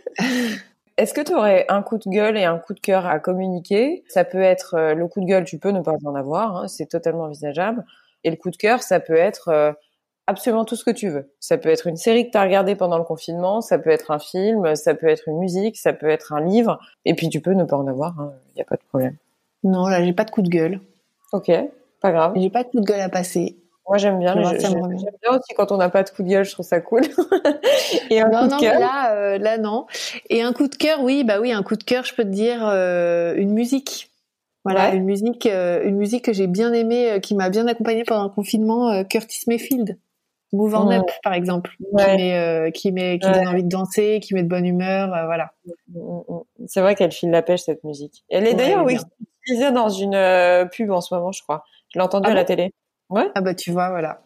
Est-ce que tu aurais un coup de gueule et un coup de cœur à communiquer? Ça peut être euh, le coup de gueule, tu peux ne pas en avoir, hein, c'est totalement envisageable. Et le coup de cœur, ça peut être euh, absolument tout ce que tu veux. Ça peut être une série que tu as regardée pendant le confinement, ça peut être un film, ça peut être une musique, ça peut être un livre. Et puis tu peux ne pas en avoir, il hein, n'y a pas de problème. Non, là, j'ai pas de coup de gueule. Ok, pas grave. J'ai pas de coup de gueule à passer. Moi, j'aime bien. Je, je, j'aime bien aussi quand on n'a pas de coup de gueule, je trouve ça cool. Et un non, coup de non, cœur. Mais là, euh, là, non. Et un coup de cœur, oui, bah oui, un coup de cœur, je peux te dire euh, une musique. Voilà, ouais. une musique, euh, une musique que j'ai bien aimée, euh, qui m'a bien accompagnée pendant le confinement, euh, Curtis Mayfield. Move on Ouais. Up, par exemple, Ouais. qui met, euh, qui met, qui Ouais. donne envie de danser, qui met de bonne humeur, euh, voilà. C'est vrai qu'elle file la pêche, cette musique. Elle est Ouais, d'ailleurs elle est oui, utilisée dans une euh, pub en ce moment, je crois. Je l'ai entendue Ah à la bon télé. Ouais. Ah bah tu vois, voilà.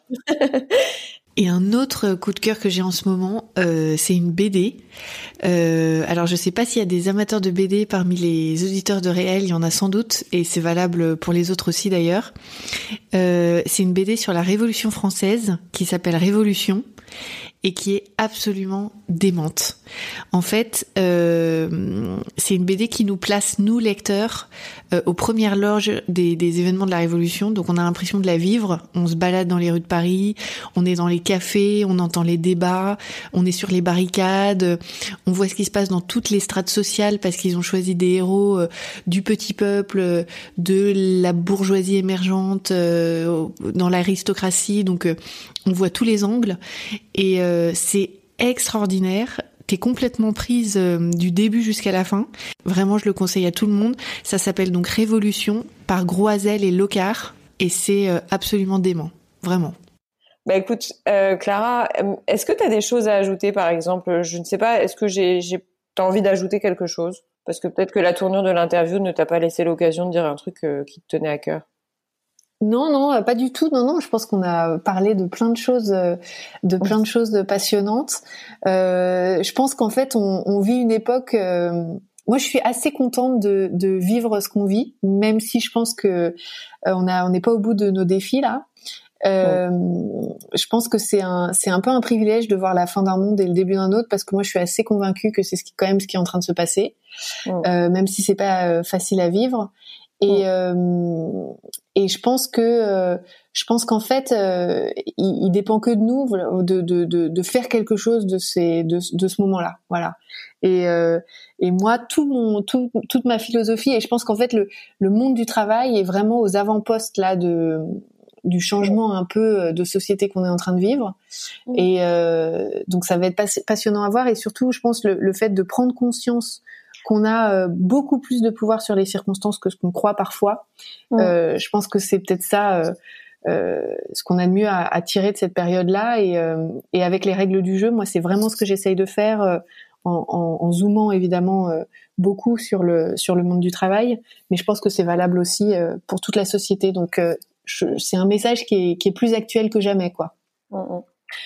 Et un autre coup de cœur que j'ai en ce moment, euh, c'est une B D. Euh, alors je sais pas s'il y a des amateurs de B D parmi les auditeurs de Réel, il y en a sans doute, et c'est valable pour les autres aussi d'ailleurs. Euh, c'est une B D sur la Révolution française qui s'appelle Révolution et qui est absolument démente. En fait, euh, c'est une B D qui nous place, nous lecteurs, euh, aux premières loges des, des événements de la Révolution. Donc on a l'impression de la vivre. On se balade dans les rues de Paris, on est dans les cafés, on entend les débats, on est sur les barricades, on voit ce qui se passe dans toutes les strates sociales parce qu'ils ont choisi des héros euh, du petit peuple, euh, de la bourgeoisie émergente, euh, dans l'aristocratie. Donc euh, on voit tous les angles et euh, c'est extraordinaire. T'es complètement prise euh, du début jusqu'à la fin. Vraiment, je le conseille à tout le monde. Ça s'appelle donc Révolution par Groiselle et Locard et c'est euh, absolument dément. Vraiment. Bah écoute, euh, Clara, est-ce que tu as des choses à ajouter, par exemple? Je ne sais pas, est-ce que j'ai, j'ai, t'as envie d'ajouter quelque chose? Parce que peut-être que la tournure de l'interview ne t'a pas laissé l'occasion de dire un truc euh, qui te tenait à cœur. Non, non, pas du tout. Non, non. Je pense qu'on a parlé de plein de choses, de plein de choses passionnantes. Euh, je pense qu'en fait, on, on vit une époque. Euh, moi, je suis assez contente de, de vivre ce qu'on vit, même si je pense que euh, on a, on n'est pas au bout de nos défis là. Euh, ouais. Je pense que c'est un, c'est un peu un privilège de voir la fin d'un monde et le début d'un autre, parce que moi, je suis assez convaincue que c'est ce qui, quand même, ce qui est en train de se passer, ouais. euh, même si c'est pas euh, facile à vivre. Et euh, et je pense que euh, je pense qu'en fait euh, il, il dépend que de nous de de de, de faire quelque chose de ces de, de ce moment-là, voilà. Et euh, et moi tout mon tout, toute ma philosophie, et je pense qu'en fait le le monde du travail est vraiment aux avant-postes là de du changement un peu de société qu'on est en train de vivre. Mmh. Et euh, donc ça va être passionnant à voir, et surtout je pense le le fait de prendre conscience qu'on a euh, beaucoup plus de pouvoir sur les circonstances que ce qu'on croit parfois. Mmh. Euh, je pense que c'est peut-être ça euh, euh, ce qu'on a de mieux à, à tirer de cette période-là. Et, euh, et avec les règles du jeu, moi, c'est vraiment ce que j'essaye de faire euh, en, en, en zoomant évidemment euh, beaucoup sur le sur le monde du travail. Mais je pense que c'est valable aussi euh, pour toute la société. Donc, euh, je, c'est un message qui est, qui est plus actuel que jamais, quoi. Mmh.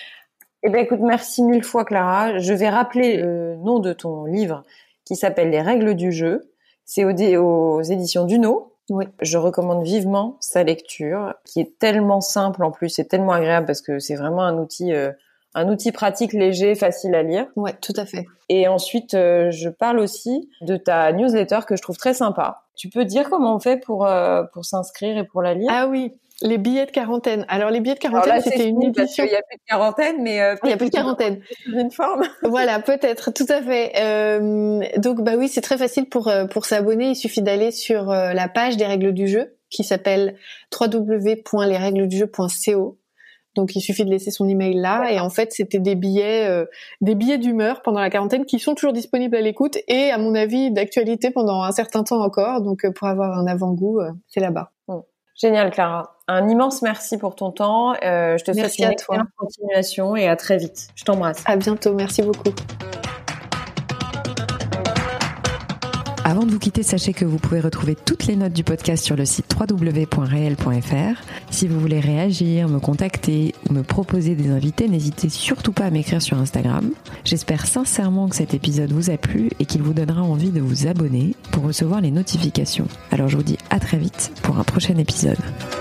Eh ben, écoute, merci mille fois, Clara. Je vais rappeler le nom de ton livre, qui s'appelle Les règles du jeu. C'est aux, aux éditions Duno. Oui. Je recommande vivement sa lecture, qui est tellement simple en plus, c'est tellement agréable parce que c'est vraiment un outil, euh, un outil pratique, léger, facile à lire. Ouais, tout à fait. Et ensuite, euh, je parle aussi de ta newsletter que je trouve très sympa. Tu peux dire comment on fait pour euh, pour s'inscrire et pour la lire? Ah oui. Les billets de quarantaine. Alors les billets de quarantaine, là, c'était une édition. Il y a plus de quarantaine, mais euh, il y a plus de quarantaine. Une forme. Voilà, peut-être, tout à fait. Euh, donc bah oui, c'est très facile pour pour s'abonner. Il suffit d'aller sur euh, la page des règles du jeu qui s'appelle w w w point les règles du jeu point co. Donc il suffit de laisser son email là, ouais. Et en fait c'était des billets, euh, des billets d'humeur pendant la quarantaine qui sont toujours disponibles à l'écoute et à mon avis d'actualité pendant un certain temps encore. Donc euh, pour avoir un avant-goût, euh, c'est là-bas. Mmh. Génial, Clara. Un immense merci pour ton temps. Euh, je te souhaite une excellente continuation et à très vite. Je t'embrasse. À bientôt. Merci beaucoup. Avant de vous quitter, sachez que vous pouvez retrouver toutes les notes du podcast sur le site w w w point réel point f r. Si vous voulez réagir, me contacter ou me proposer des invités, n'hésitez surtout pas à m'écrire sur Instagram. J'espère sincèrement que cet épisode vous a plu et qu'il vous donnera envie de vous abonner pour recevoir les notifications. Alors je vous dis à très vite pour un prochain épisode.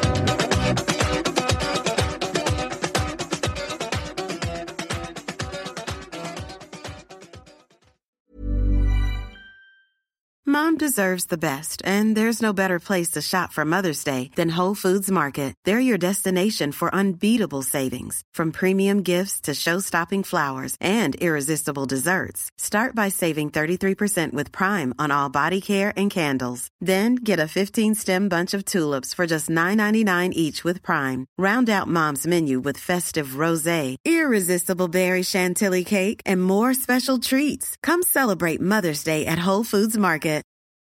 Mom deserves the best, and there's no better place to shop for Mother's Day than Whole Foods Market. They're your destination for unbeatable savings, from premium gifts to show-stopping flowers and irresistible desserts. Start by saving thirty-three percent with Prime on all body care and candles. Then get a fifteen-stem bunch of tulips for just nine ninety-nine each with Prime. Round out Mom's menu with festive rosé, irresistible berry chantilly cake, and more special treats. Come celebrate Mother's Day at Whole Foods Market.